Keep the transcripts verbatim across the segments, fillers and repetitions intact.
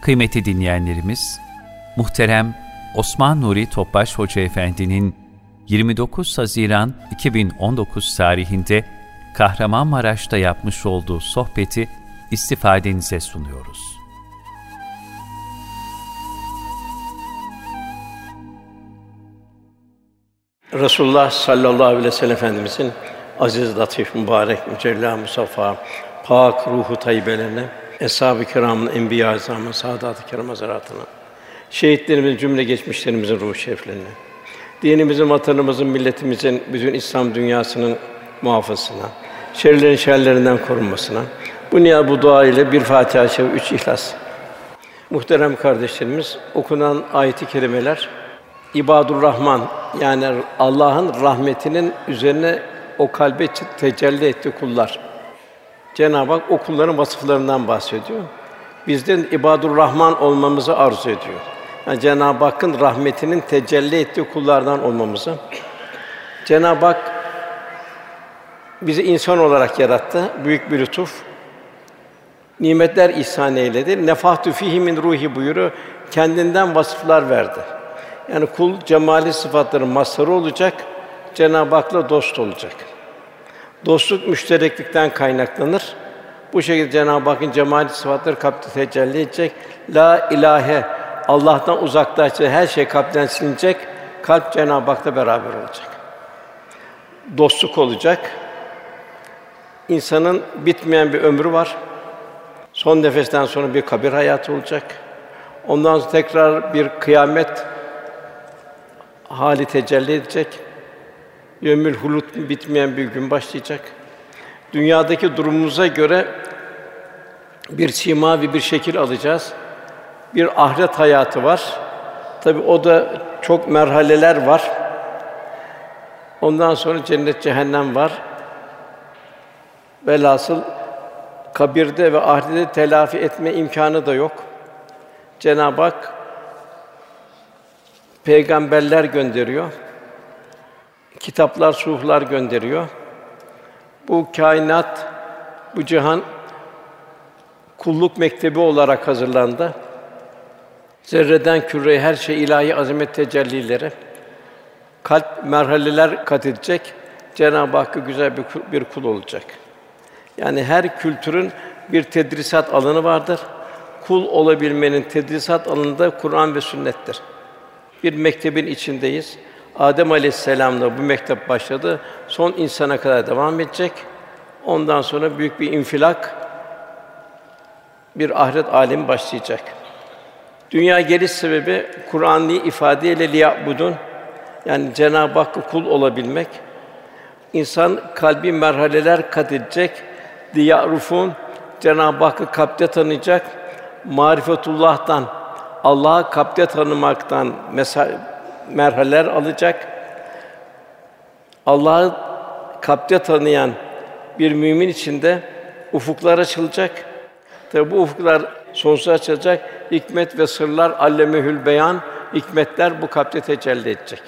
Kıymetli dinleyenlerimiz, muhterem Osman Nuri Topbaş Hoca Efendi'nin yirmi dokuz Haziran iki bin on dokuz tarihinde Kahramanmaraş'ta yapmış olduğu sohbeti istifadenize sunuyoruz. Resulullah sallallahu aleyhi ve sellem Efendimizin aziz, latif, mübarek, mücella, musaffa, pak ruhu tayyibelerine, eshab-ı kiramın, enbiya-i azamın, saadat-ı kiram hazaratına, şehitlerimizin, cümle geçmişlerimizin ruh şeriflerine, dinimizin, vatanımızın, milletimizin, bütün İslam dünyasının muhafazasına, şerlerin şerlerinden korunmasına, bu niyaz, bu dua ile bir Fatiha-i Şerif, üç İhlas. Muhterem kardeşlerimiz, okunan ayet-i kerimeler, İbadur-Rahman, yani Allah'ın rahmetinin üzerine o kalbe tecelli ettiği kullar. Cenab-ı Hak o kulların vasıflarından bahsediyor. Bizden İbadur-Rahman olmamızı arzu ediyor. Yani Cenab-ı Hakk'ın rahmetinin tecelli ettiği kullardan olmamızı. Cenab-ı Hak bizi insan olarak yarattı. Büyük bir lütuf. Nimetler ihsan eyledi. Nefahtü fîhî min ruhi buyuruyor. Kendinden vasıflar verdi. Yani kul cemali sıfatların mazharı olacak, Cenab-ı Hak'la dost olacak. Dostluk müştereklikten kaynaklanır. Bu şekilde Cenab-ı Hakk'ın cemali sıfatları kalpte tecelli edecek. La ilahe, Allah'tan uzaklaşacak, her şey kalpten silinecek. Kalp Cenab-ı Hak'la beraber olacak. Dostluk olacak. İnsanın bitmeyen bir ömrü var. Son nefesten sonra bir kabir hayatı olacak. Ondan sonra tekrar bir kıyamet hâli tecelli edecek. Yevmül hulut, bitmeyen bir gün başlayacak. Dünyadaki durumumuza göre bir sima ve bir şekil alacağız. Bir ahiret hayatı var. Tabii o da çok merhaleler var. Ondan sonra cennet, cehennem var. Velhasıl kabirde ve ahirette telafi etme imkânı da yok. Cenab-ı Hak peygamberler gönderiyor. Kitaplar, suhuflar gönderiyor. Bu kainat, bu cihan kulluk mektebi olarak hazırlandı. Zerreden küreye her şey ilahi azamet tecellileri. Kalp merhaleler kat edecek. Cenab-ı Hakk'a güzel bir kul, bir kul olacak. Yani her kültürün bir tedrisat alanı vardır. Kul olabilmenin tedrisat alanında Kur'an ve sünnettir. Bir mektebin içindeyiz. Adem Aleyhisselam'la bu mektep başladı. Son insana kadar devam edecek. Ondan sonra büyük bir infilak, bir ahiret âlemi başlayacak. Dünya geliş sebebi Kur'an'ı ifadeyle liya'budun, yani Cenab-ı Hakk'a kul olabilmek. İnsan kalbi merhaleler kat edecek. Diya'rufun, Cenab-ı Hakk'ı kalpte tanıyacak. Marifetullah'tan, Allah'ı kalpte tanımaktan mesela merhaleler alacak. Allah'ı kalpte tanıyan bir mümin için de ufuklar açılacak. Tabi bu ufuklar sonsuz açılacak. Hikmet ve sırlar allemehül beyan, hikmetler bu kalpte tecelli edecek.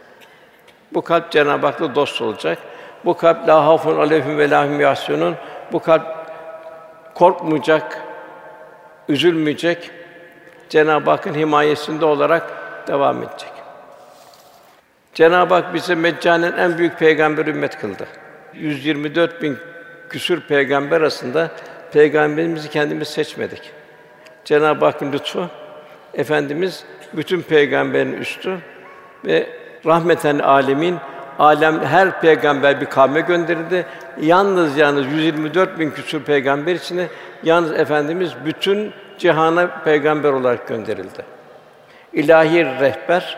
Bu kalp Cenab-ı Hak'la dost olacak. Bu kalp la hafun aleyhim ve la hum yahzunun. Bu kalp korkmayacak, üzülmeyecek. Cenab-ı Hakk'ın himayesinde olarak devam edecek. Cenab-ı Hak bize meccanen en büyük peygamber ümmet kıldı. yüz yirmi dört bin küsur peygamber arasında peygamberimizi kendimiz seçmedik. Cenab-ı Hakk'ın lütfu, Efendimiz bütün peygamberin üstü ve rahmeten âlemin, alem her peygamber bir kavme gönderildi. Yalnız yalnız yüz yirmi dört bin küsur peygamber içinde yalnız Efendimiz bütün cihana peygamber olarak gönderildi. İlahi rehber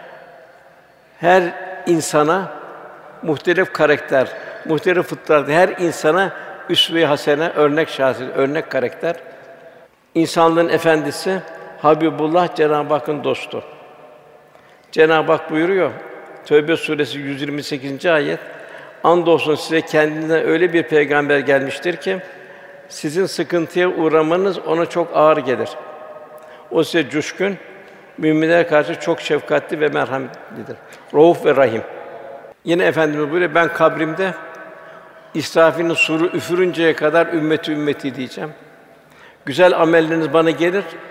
her insana muhtelif karakter, muhtelif fıtrat, her insana üsve-i hasene, örnek şahsiyet, örnek karakter. İnsanlığın efendisi Habibullah, Cenab-ı Hakk'ın dostu. Cenab-ı Hak buyuruyor, Tevbe suresi yüz yirmi sekizinci ayet. Andolsun size kendinden öyle bir peygamber gelmiştir ki sizin sıkıntıya uğramanız ona çok ağır gelir. O size coşkun, müminlere karşı çok şefkatli ve merhametlidir. Rauf ve Rahim. Yine Efendimiz buyuruyor, ben kabrimde İsrafil'in suru üfürünceye kadar ümmeti ümmeti diyeceğim. Güzel amelleriniz bana gelir,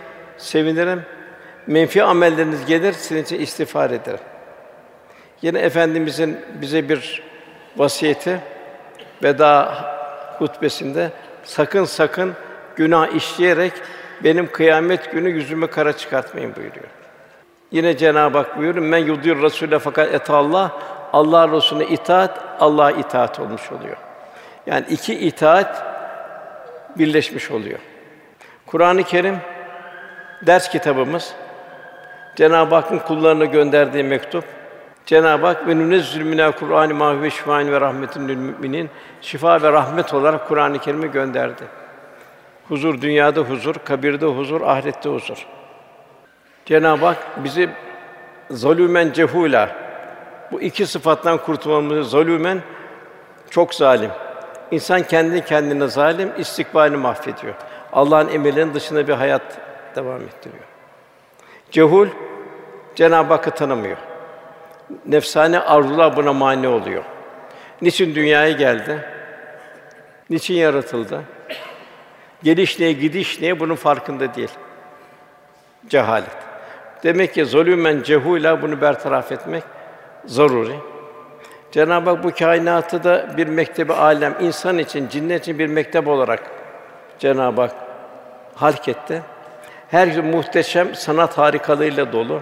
sevinirim. Menfi amelleriniz gelir, sizin için istiğfar ederim. Yine Efendimizin bize bir vasiyeti veda hutbesinde sakın sakın günah işleyerek benim kıyamet günü yüzümü kara çıkartmayın buyuruyor. Yine Cenab-ı Hak buyuruyor: "Men yudir Rasûle fakat etallah." Allah Resulüne itaat, Allah'a itaat olmuş oluyor. Yani iki itaat birleşmiş oluyor. Kur'an-ı Kerim ders kitabımız. Cenab-ı Hakk'ın kullarına gönderdiği mektup. Cenab-ı Hak ve nünezzilü minel Kur'an mâ huve şifâun ve rahmetun lil müminin, şifa ve rahmet olarak Kur'an-ı Kerim'i gönderdi. Huzur, dünyada huzur, kabirde huzur, ahirette huzur. Cenab-ı Hak bizi zalûmen cehûlâ, bu iki sıfattan kurtulmamızı, zalûmen çok zalim. İnsan kendi kendine zalim, istikbalini mahvediyor. Allah'ın emirlerinin dışında bir hayat devam ettiriyor. Cehul, Cenab-ı Hakk'ı tanımıyor. Nefsane arzular buna mâni oluyor. Niçin dünyaya geldi? Niçin yaratıldı? Geliş neye, gidiş neye bunun farkında değil. Cehalet. Demek ki zulümen cehûlâ, bunu bertaraf etmek zaruri. Cenab-ı Hak bu kainatı da bir mektebi âlem, insan için, cinnet için bir mektep olarak Cenab-ı Hak halk etti. Her gün muhteşem sanat harikalarıyla dolu.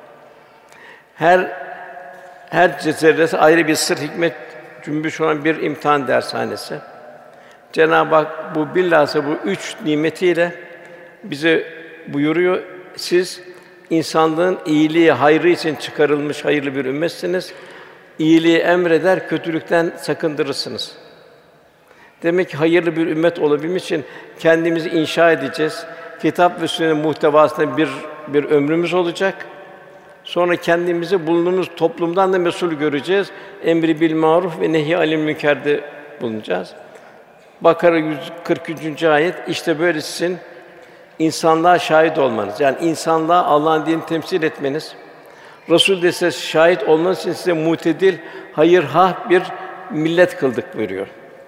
Her her zerresi ayrı bir sır, hikmet cümbüş olan bir imtihan dershanesi. Cenab-ı Hak bu bilhassa bu üç nimetiyle bize buyuruyor: siz insanlığın iyiliği, hayrı için çıkarılmış hayırlı bir ümmetsiniz. İyiliği emreder, kötülükten sakındırırsınız. Demek ki hayırlı bir ümmet olabilmek için kendimizi inşa edeceğiz. Kitap ve sünnetin muhtevasında bir bir ömrümüz olacak. Sonra kendimizi bulunduğumuz toplumdan da mesul göreceğiz. Emri bil maruf ve nehy anil münker'de bulunacağız. Bakara yüz kırk üçüncü ayet, işte böyle sizin insanlığa şahit olmanız, yani insanlığa Allah'ın dinini temsil etmeniz, Resul de size şahit olmanız için size mutedil, hayırhah bir millet kıldık buyuruyor.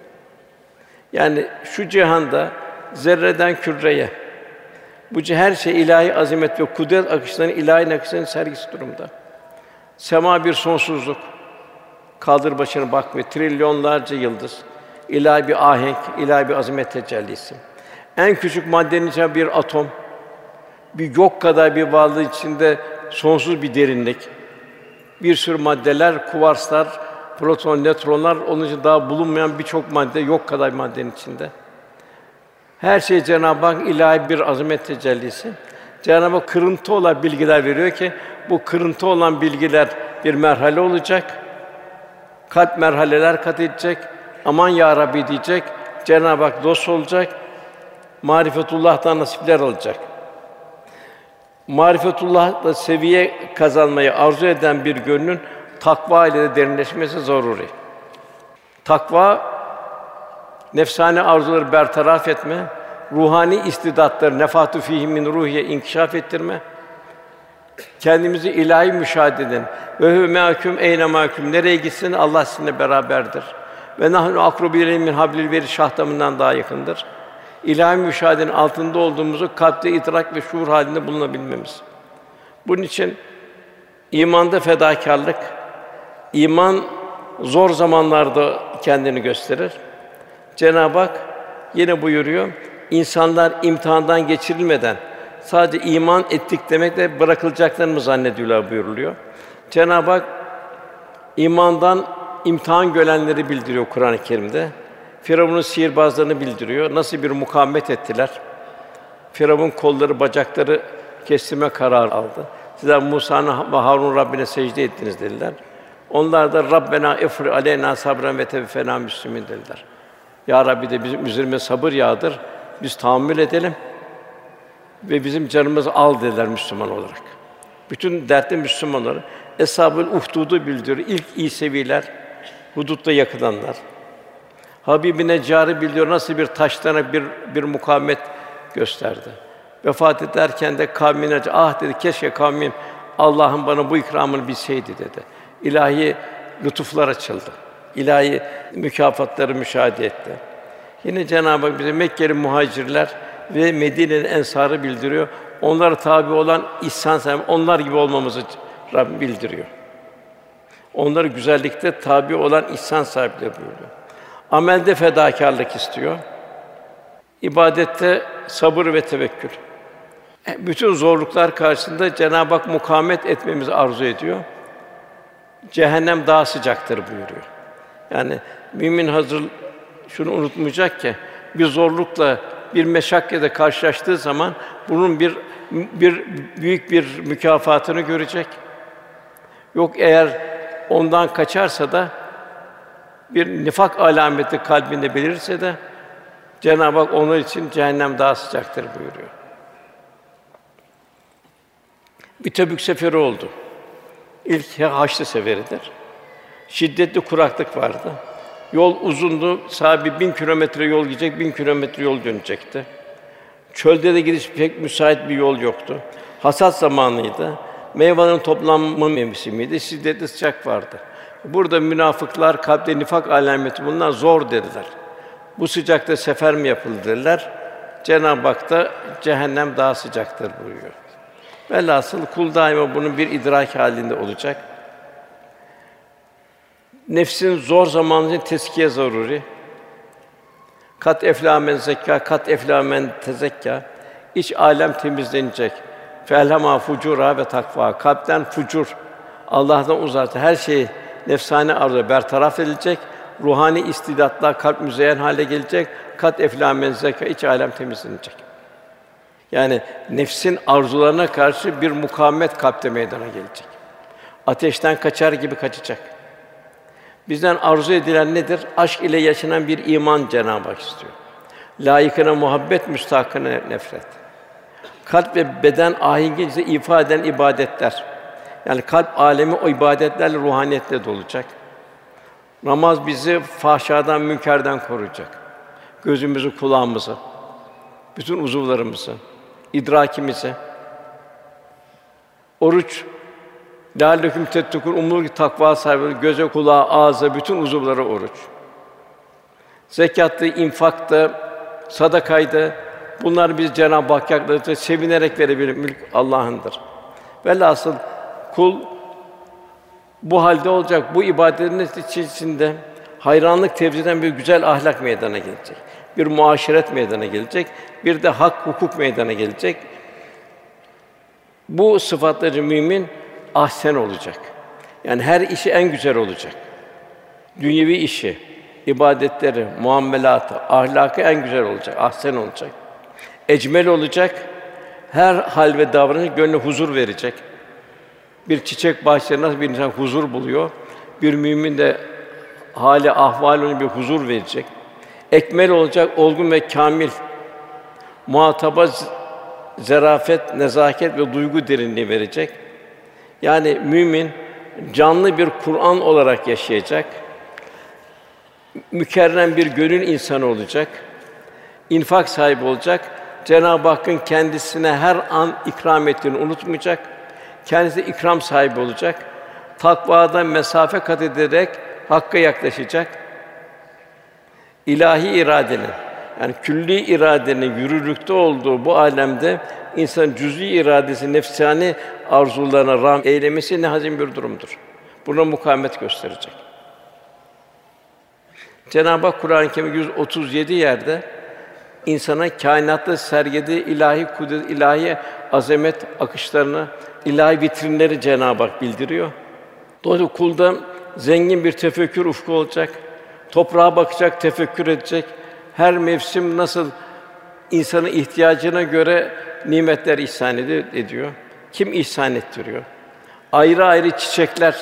Yani şu cihanda zerreden küreye, bu her şey ilahi azamet ve kudret akışlarının, ilahi akışlarının sergisi durumda. Sema bir sonsuzluk, kaldır başını bak ve trilyonlarca yıldız, ilahi bir ahenk, ilahi bir azamet tecellisi. En küçük maddenin içinde bir atom, bir yok kadar bir varlığı içinde sonsuz bir derinlik, bir sürü maddeler, kuvarslar, proton, nötronlar, onun için daha bulunmayan birçok madde, yok kadar bir maddenin içinde. Her şey Cenab-ı Hak ilahi bir azamet tecellisi. Cenab-ı Hak kırıntı olan bilgiler veriyor ki bu kırıntı olan bilgiler bir merhale olacak. Kalp merhaleler kat edecek. Aman ya Rabbi diyecek. Cenab-ı Hak dost olacak. Marifetullah'tan nasipler alacak. Marifetullah'la seviye kazanmayı arzu eden bir gönlün takva ile de derinleşmesi zaruri. Takva, nefsani arzuları bertaraf etme, ruhani istidatları nefâtu fîhî min ruhiye inkişaf ettirme, kendimizi ilahi müşahededen ve huve mâküm eyne mâküm, nereye gitsin Allah sizinle beraberdir. Ve nahnu akrubu ileyhi min hablil verid, şah damından daha yakındır. İlahi müşahedenin altında olduğumuzu kalpte idrak ve şuur halinde bulunabilmemiz. Bunun için imanda fedakârlık, iman zor zamanlarda kendini gösterir. Cenab-ı Hak yine buyuruyor: İnsanlar imtihandan geçirilmeden sadece iman ettik demekle bırakılacaklarını mı zannediyorlar buyuruluyor. Cenab-ı Hak imandan imtihan görenleri bildiriyor Kur'an-ı Kerim'de. Firavun'un sihirbazlarını bildiriyor. Nasıl bir mukavemet ettiler? Firavun kolları, bacakları kestirme kararı aldı. Sizler Musa'nın ve Harun Rabbine secde ettiniz dediler. Onlar da Rabbena efri aleyna sabren ve tevfena müslümin dediler. Ya Rabbi de bizim üzerimize sabır yağdır. Biz tahammül edelim ve bizim canımızı al dediler Müslüman olarak. Bütün dertli Müslümanları Eshab-ül Uhdud'u bildiriyor. İlk İseviler, hudutta yakılanlar. Habib-i Neccar'ı bildiriyor. Nasıl bir taşlarına bir bir mukavemet gösterdi. Vefat ederken de kavmine ah dedi, keşke kavmim Allah'ın bana bu ikramını bilseydi dedi. İlahi lütuflar açıldı. İlahi mükafatları müşahede etti. Yine Cenab-ı Hak bize Mekkeli muhacirler ve Medine'li ensarı bildiriyor. Onlara tabi olan ihsan sahibi, onlar gibi olmamızı Rabbim bildiriyor. Onları güzellikte tabi olan ihsan sahipleri buyuruyor. Amelde fedakârlık istiyor. İbadette sabır ve tevekkül. Bütün zorluklar karşısında Cenab-ı Hak mukavemet etmemizi arzu ediyor. Cehennem daha sıcaktır buyuruyor. Yani mümin hazır şunu unutmayacak ki bir zorlukla, bir meşakkatle karşılaştığı zaman bunun bir bir büyük bir mükafatını görecek. Yok eğer ondan kaçarsa da bir nifak alameti kalbinde belirse de Cenab-ı Hak onlar için cehennem daha sıcaktır buyuruyor. Bir Tebük seferi oldu. İlk Haçlı seferidir. Şiddetli kuraklık vardı. Yol uzundu. Sahabe bin kilometre yol gidecek, bin kilometre yol dönecekti. Çölde de gidiş pek müsait bir yol yoktu. Hasat zamanıydı. Meyvelerin toplanma mevsimiydi. Şiddetli sıcak vardı. Burada münafıklar kalpte nifak alameti bunlar zor dediler. Bu sıcakta sefer mi yapılır dediler. Cenab-ı Hak da cehennem daha sıcaktır buyuruyor. Velhasıl kul daima bunun bir idrak halinde olacak. Nefsin zor zamanında teskiye zaruri. Kat eflâ men zekkâ, kat eflâ men tezekkâ. İç alem temizlenecek. Fe'elhemâ fucûrâ ve takvâ. Kalpten fucur, Allah'tan uzak her şey nefsani arzu bertaraf edilecek. Ruhani istidatlar kalp müzeyyen hale gelecek. Kat eflâ men zekkâ, iç alem temizlenecek. Yani nefsin arzularına karşı bir mukavemet kalpte meydana gelecek. Ateşten kaçar gibi kaçacak. Bizden arzu edilen nedir? Aşk ile yaşanan bir iman Cenab-ı Hak istiyor. Layıkına muhabbet, müstahakına nefret. Kalp ve beden ahengini ifade eden ibadetler. Yani kalp alemi o ibadetlerle, ruhaniyetle dolacak. Namaz bizi fahşadan, münkerden koruyacak. Gözümüzü, kulağımızı, bütün uzuvlarımızı, idrakimizi. Oruç lâlleküm tettekûn, umulur ki takva sahibi, göze, kulağa, ağza, bütün uzuvlara oruç. Zekattı, infaktı, sadakaydı, bunlar biz Cenab-ı Hak yaklaşık sevinerek verebilir, mülk Allah'ındır. Velhasıl kul bu halde olacak, bu ibadetin içerisinde hayranlık tevzi eden bir güzel ahlak meydana gelecek. Bir muaşeret meydana gelecek, bir de hak, hukuk meydana gelecek. Bu sıfatları mümin ahsen olacak. Yani her işi en güzel olacak. Dünyevi işi, ibadetleri, muamelatı, ahlakı en güzel olacak, ahsen olacak. Ecmel olacak. Her hal ve davranış gönlüne huzur verecek. Bir çiçek bahçesinde nasıl bir insan huzur buluyor, bir mümin de hâli ahvâlüne bir huzur verecek. Ekmel olacak, olgun ve kâmil. Muhataba zarafet, nezaket ve duygu derinliği verecek. Yani mümin canlı bir Kur'an olarak yaşayacak. Mükerrem bir gönül insanı olacak. İnfak sahibi olacak. Cenab-ı Hakk'ın kendisine her an ikram ettiğini unutmayacak. Kendisi ikram sahibi olacak. Takvada mesafe kat ederek Hakk'a yaklaşacak. İlahi iradenin, yani külli iradenin yürürlükte olduğu bu âlemde insan cüz'i iradesi, nefsani arzularına rağmen eylemesi ne hazin bir durumdur. Buna mukavemet gösterecek. Cenab-ı Hak Kur'an-ı Kerim yüz otuz yedi yerde insana kainatta sergilediği ilahi kudret, ilahi azamet akışlarını, ilahi vitrinleri Cenab-ı Hak bildiriyor. Dolayısıyla kulda zengin bir tefekkür ufku olacak. Toprağa bakacak, tefekkür edecek. Her mevsim nasıl insanın ihtiyacına göre nimetler ihsan ediyor. Kim ihsan ettiriyor? Ayrı ayrı çiçekler.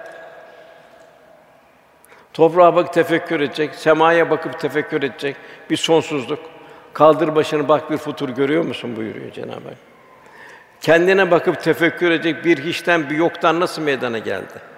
Toprağa bakıp tefekkür edecek, semaya bakıp tefekkür edecek. Bir sonsuzluk. Kaldır başını bak bir futur görüyor musun buyuruyor Cenab-ı Hak. Kendine bakıp tefekkür edecek, bir hiçten bir yoktan nasıl meydana geldi?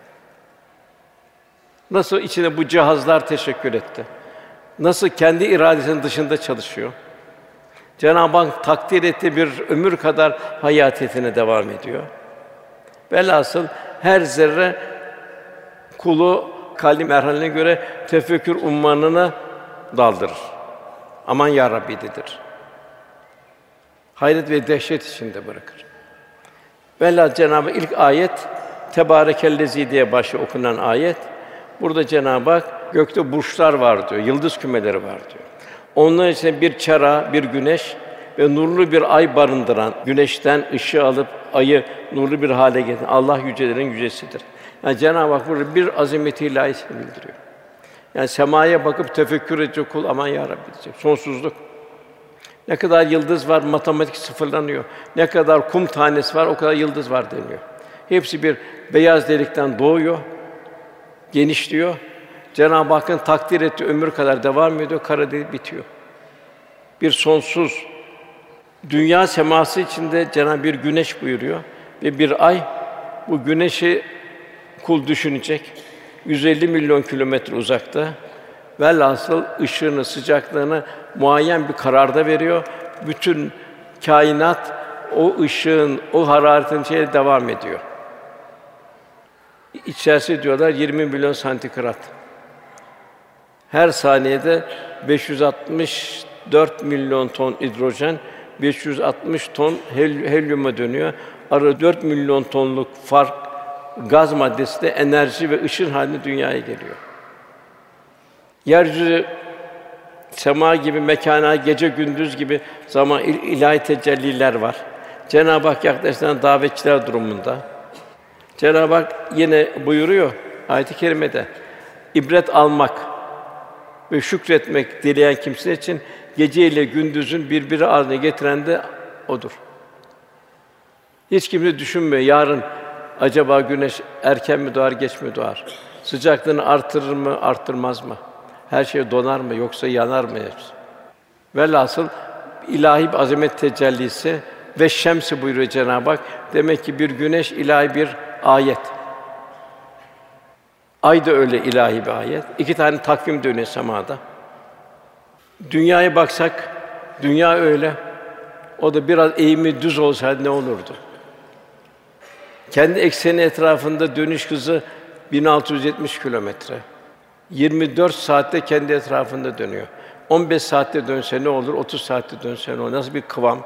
Nasıl içine bu cihazlar teşekkür etti? Nasıl kendi iradesinin dışında çalışıyor? Cenab-ı Hak takdir ettiği bir ömür kadar hayatiyetine devam ediyor. Velhasıl her zerre kulu kalbi merhaletine göre tefekkür ummanına daldırır. Aman ya Rabbi dedir. hayret ve dehşet içinde bırakır. Velhâsıl Cenab-ı Hak ilk ayet Tebârekellezî diye başlıyor okunan ayet. Burada Cenab-ı Hak gökte burçlar var diyor, yıldız kümeleri var diyor. Onların içinde bir çera, bir güneş ve nurlu bir ay barındıran, güneşten ışığı alıp ayı nurlu bir hale getiren Allah yücelerin yücesidir. Yani Cenab-ı Hak burada bir azameti ilâhisini bildiriyor. Yani semaya bakıp tefekkür edecek kul, aman ya Rabbi diyecek. Sonsuzluk. Ne kadar yıldız var, matematik sıfırlanıyor. Ne kadar kum tanesi var, o kadar yıldız var deniyor. Hepsi bir beyaz delikten doğuyor, genişliyor. Cenab-ı Hakk'ın takdir ettiği ömür kadar devam ediyor, kara delik bitiyor. Bir sonsuz dünya seması içinde Cenab-ı bir güneş buyuruyor ve bir ay. Bu güneşi kul düşünecek. yüz elli milyon kilometre uzakta. Velhasıl ışığını, sıcaklığını muayyen bir kararda veriyor. Bütün kainat o ışığın, o hararetin içinde devam ediyor. İçerisi diyorlar yirmi milyon santigrat. Her saniyede beş yüz altmış dört milyon ton hidrojen, beş yüz altmış ton hel- helyuma dönüyor. Arada dört milyon tonluk fark gaz maddesi de enerji ve ışın halinde dünyaya geliyor. Yeryüzü sema gibi mekâna, gece gündüz gibi zaman il- ilahi tecelliler var. Cenab-ı Hak yaklaşan davetçiler durumunda. Cenab-ı Hak yine buyuruyor ayet-i kerimede, ibret almak ve şükretmek dileyen kimse için gece ile gündüzün birbiri haline getiren de odur. Hiç kimse düşünmüyor, yarın acaba güneş erken mi doğar, geç mi doğar? Sıcaklığını artırır mı, arttırmaz mı? Her şey donar mı, yoksa yanar mı? Velhasıl ilahi bir azamet tecellisi ve şemsi buyuruyor Cenab-ı Hak. Demek ki bir güneş ilahi bir ayet. Ay da öyle ilahi bir ayet. İki tane takvim dönüyor semada. Dünyaya baksak, dünya öyle. O da biraz eğimi düz olsaydı ne olurdu? Kendi ekseni etrafında dönüş hızı bin altı yüz yetmiş kilometre. yirmi dört saatte kendi etrafında dönüyor. on beş saatte dönse ne olur? otuz saatte dönse ne olur? Nasıl bir kıvam?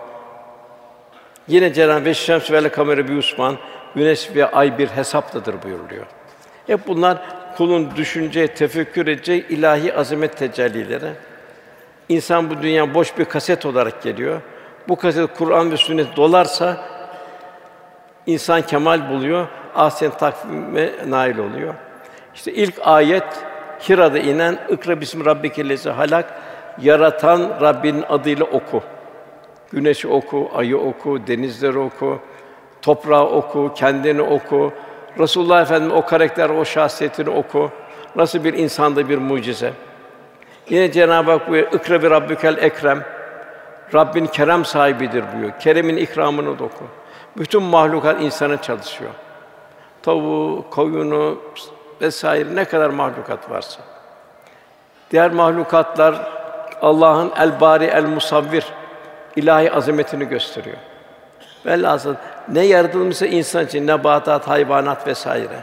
Yine Cenab-ı Hak "Şems vel kamere bi Osman", güneş ve ay bir hesaptadır buyuruluyor. Hep bunlar kulun düşüneceği, tefekkür edeceği ilahi azamet tecellileri. İnsan bu dünya boş bir kaset olarak geliyor. Bu kaset Kur'an ve sünnet dolarsa insan kemal buluyor, ahsen takvime nail oluyor. İşte ilk ayet Hira'da inen "İkra bismi rabbikellezî halak", yaratan Rabbinin adıyla oku. Güneşi oku, ayı oku, denizleri oku, toprağı oku, kendini oku. Resulullah Efendimiz o karakter, o şahsiyetini oku. Nasıl bir insanda bir mucize. Yine Cenab-ı Hak buyuruyor, "İkra bi rabbikel ekrem", Rabbin kerem sahibidir buyuruyor. Keremin ikramını da oku. Bütün mahlukat insana çalışıyor. Tavuğu, koyunu vesaire ne kadar mahlukat varsa. Diğer mahlukatlar Allah'ın el-Bâri el-Musavvir ilahi azametini gösteriyor. Velhasıl ne yaratılmışsa insan için, nebatat, hayvanat vesaire.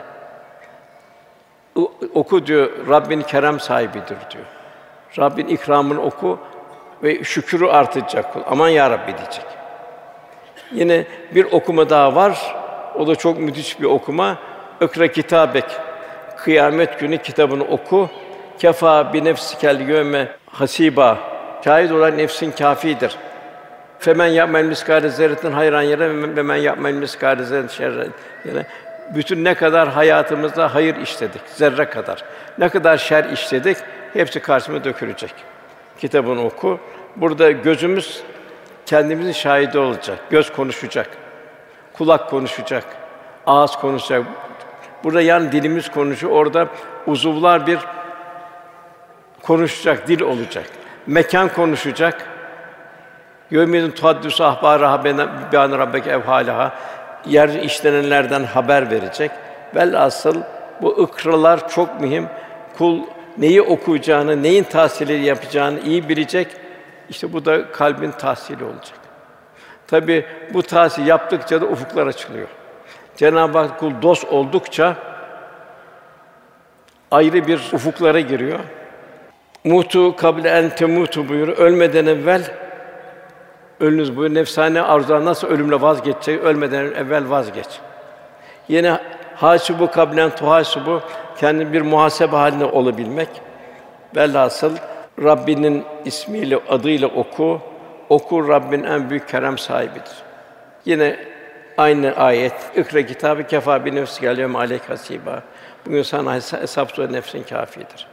O, oku diyor, Rabbin kerem sahibidir diyor. Rabbin ikramını oku ve şükrü artacak kul. Aman ya Rabbi diyecek. Yine bir okuma daha var. O da çok müthiş bir okuma. "İkra kitâbek", kıyamet günü kitabını oku. "Kefâ bi nefsikel yevme hasîbâ", şahit olan nefsin kâfidir. "Femen ya'mel miskâle zerretin hayran yere ve men ya'mel miskâle zerretin şerren yere." Bütün ne kadar hayatımızda hayır işledik, zerre kadar. Ne kadar şer işledik, hepsi karşımıza dökülecek. Kitabını oku. Burada gözümüz kendimizin şahidi olacak. Göz konuşacak. Kulak konuşacak. Ağız konuşacak. Burada yani dilimiz konuşuyor. Orada uzuvlar bir konuşacak, dil olacak. Mekan konuşacak. Yevmidin tuhaddüsü ahbâraha bi an rabbeke evhâlaha. Yer işlenenlerden haber verecek. Velhasıl bu ikralar çok mühim. Kul neyi okuyacağını, neyin tahsilini yapacağını iyi bilecek. İşte bu da kalbin tahsili olacak. Tabii bu tahsil yaptıkça da ufuklar açılıyor. Cenab-ı Hak kul dost oldukça ayrı bir ufuklara giriyor. "Mutu kable en temutu" buyuruyor. Ölmeden evvel Ölünüz bu nefsane arzular nasıl ölümle vazgeçecek? Ölmeden evvel vazgeç. Yine hâsibu kablen tuhâsibu, kendi bir muhasebe halinde olabilmek. Velhasıl Rabbinin ismiyle, adıyla oku. Oku, Rabbin en büyük kerem sahibidir. Yine aynı ayet. İkra kitabı kefâ bi nefsike el-yevme aleyke hasîbâ. Bugün sana hesap soran nefsin kâfidir.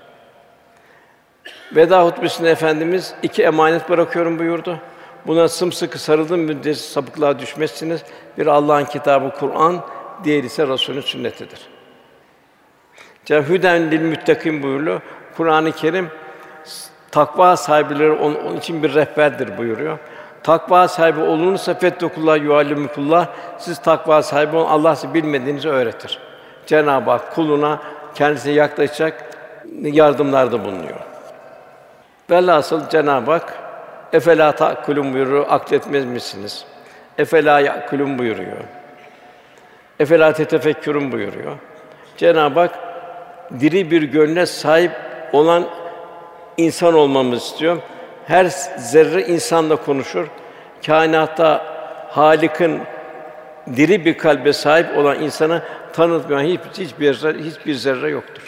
Veda hutbesinde Efendimiz iki emanet bırakıyorum buyurdu. Buna sımsıkı sarıldığın müddetçe sapıklığa düşmezsiniz. Bir Allah'ın kitabı Kur'an, diğeri ise Resulünün sünnetidir. Cehüden lil müttakîn buyuruyor. Kur'an-ı Kerim takva sahipleri onun, onun için bir rehberdir buyuruyor. Takva sahibi olunursa fettekullah yuallimukullah. Siz takva sahibi olun, Allah size bilmediğinizi öğretir. Cenab-ı Hak kuluna kendisine yaklaşacak yardımlarda bulunuyor. Velhasıl Cenab-ı Hak efela ta'kulun buyuruyor. Akletmez misiniz? Efela ya'kulun buyuruyor. Efela tetefekkürün buyuruyor. Cenab-ı Hak diri bir gönle sahip olan insan olmamızı istiyor. Her zerre insanla konuşur. Kainatta Halik'in diri bir kalbe sahip olan insana tanıtmayan hiç hiçbir zerre, hiçbir zerre yoktur.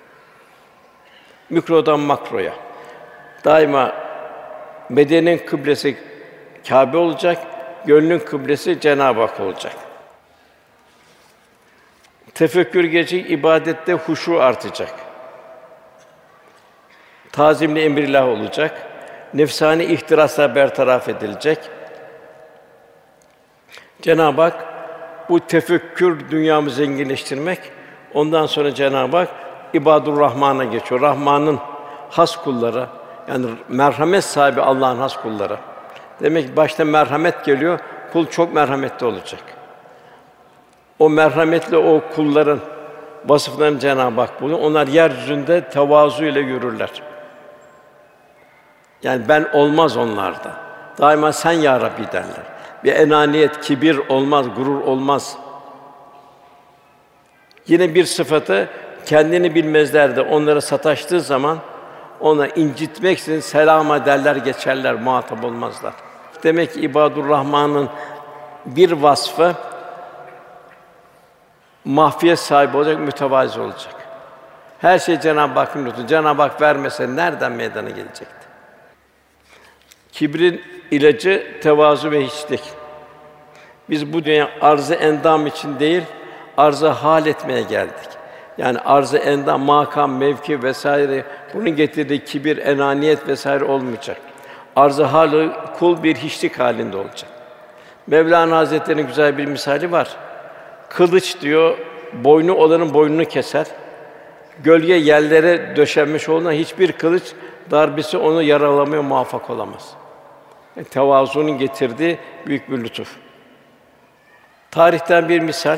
Mikrodan makroya. Daima bedenin kıblesi Kâbe olacak, gönlün kıblesi Cenab-ı Hak olacak. Tefekkür gelecek, ibadette huşu artacak. Tazimli emrillah olacak. Nefsani ihtiraslar bertaraf edilecek. Cenab-ı Hak bu tefekkür dünyamızı zenginleştirmek. Ondan sonra Cenab-ı Hak İbadur Rahman'a geçiyor. Rahman'ın has kulları, yani merhamet sahibi Allah'ın has kulları. Demek ki başta merhamet geliyor, kul çok merhametli olacak. O merhametli o kulların vasıflarını Cenab-ı Hak buluyor. Onlar yeryüzünde tevazu ile yürürler. Yani ben olmaz onlarda. Daima sen ya Rabbi derler. Bir enaniyet, kibir olmaz, gurur olmaz. Yine bir sıfatı kendini bilmezler de onlara sataştığı zaman ona incitmek için selama derler geçerler, muhatap olmazlar. Demek ki İbadur Rahman'ın bir vasfı mahfiyet sahibi olacak, mütevazı olacak. Her şey Cenab-ı Hakk'ın lütfu. Cenab-ı Hak vermese nereden meydana gelecekti? Kibrin ilacı tevazu ve hiçlik. Biz bu dünya arz-ı endam için değil, arz-ı hal etmeye geldik. Yani arz-ı endam, makam, mevki vesaire bunun getirdiği kibir, enaniyet vesaire olmayacak. Arz-ı hâl kul bir hiçlik halinde olacak. Mevlana Hazretleri'nin güzel bir misali var. Kılıç diyor, boynu olanın boynunu keser. Gölge yerlere döşenmiş olan hiçbir kılıç darbesi onu yaralamaya muvaffak olamaz. Yani tevazunun getirdiği büyük bir lütuf. Tarihten bir misal.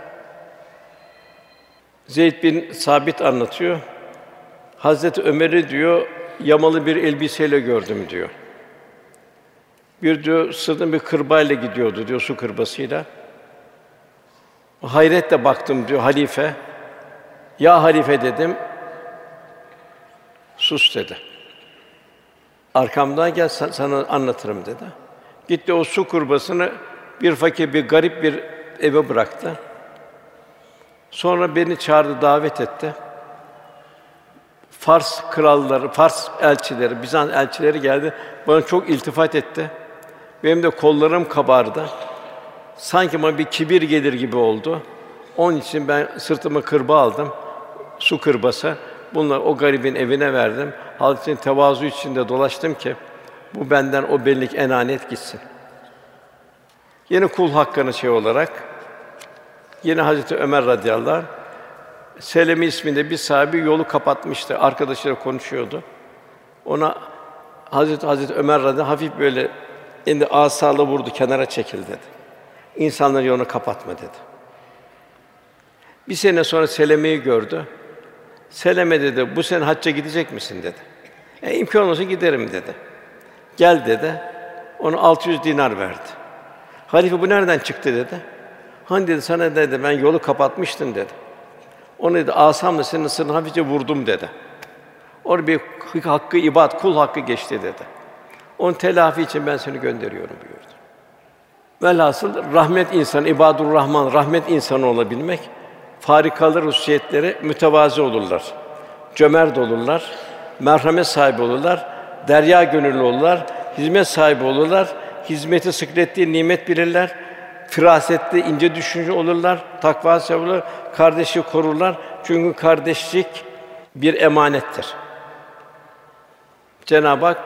Zeyd bin Sabit anlatıyor. Hazreti Ömer'i diyor yamalı bir elbiseyle gördüm diyor. Bir diyor sırtında bir kırbayla gidiyordu diyor, su kırbasıyla. Hayretle baktım diyor halife. Ya halife dedim. Sus dedi. Arkamdan gel sana anlatırım dedi. Gitti o su kurbasını bir fakir, bir garip bir eve bıraktı. Sonra beni çağırdı, davet etti. Fars kralları, Fars elçileri, Bizans elçileri geldi. Bana çok iltifat etti. Benim de kollarım kabardı. Sanki bana bir kibir gelir gibi oldu. Onun için ben sırtıma kırba aldım. Su kırbası. Bunları o garibin evine verdim. Halkın tevazu içinde dolaştım ki bu benden o bellik enaniyet gitsin. Yine kul hakkını şey olarak yine Hazreti Ömer radıyallahu anh Selemi isminde bir sahibi yolu kapatmıştı. Arkadaşıyla konuşuyordu. Ona Hazreti Hazreti Ömer radıyallahu anh hafif böyle elinde asayla vurdu, kenara çekil dedi. İnsanların yolunu kapatma dedi. Bir sene sonra Seleme'yi gördü. Seleme dedi, bu sene hacca gidecek misin dedi. E, imkân olsa giderim dedi. Gel dedi. Ona altı yüz dinar verdi. Halife bu nereden çıktı dedi. Hani dedi sana dedi ben yolu kapatmıştım dedi. Onu dedi asamla senin sırtını hafifçe vurdum dedi. Orada bir hakkı ibad, kul hakkı geçti dedi. Onun telafi için ben seni gönderiyorum buyurdu. Velhasıl rahmet insanı, ibadur Rahman, rahmet insanı olabilmek, farikalı hususiyetleri mütevazı olurlar. Cömert olurlar, merhamet sahibi olurlar, derya gönüllü olurlar, hizmet sahibi olurlar, hizmeti sıklettiği nimet bilirler, firasetli, ince düşünce olurlar, takva sahibi olurlar, kardeşi korurlar. Çünkü kardeşlik bir emanettir. Cenab-ı Hak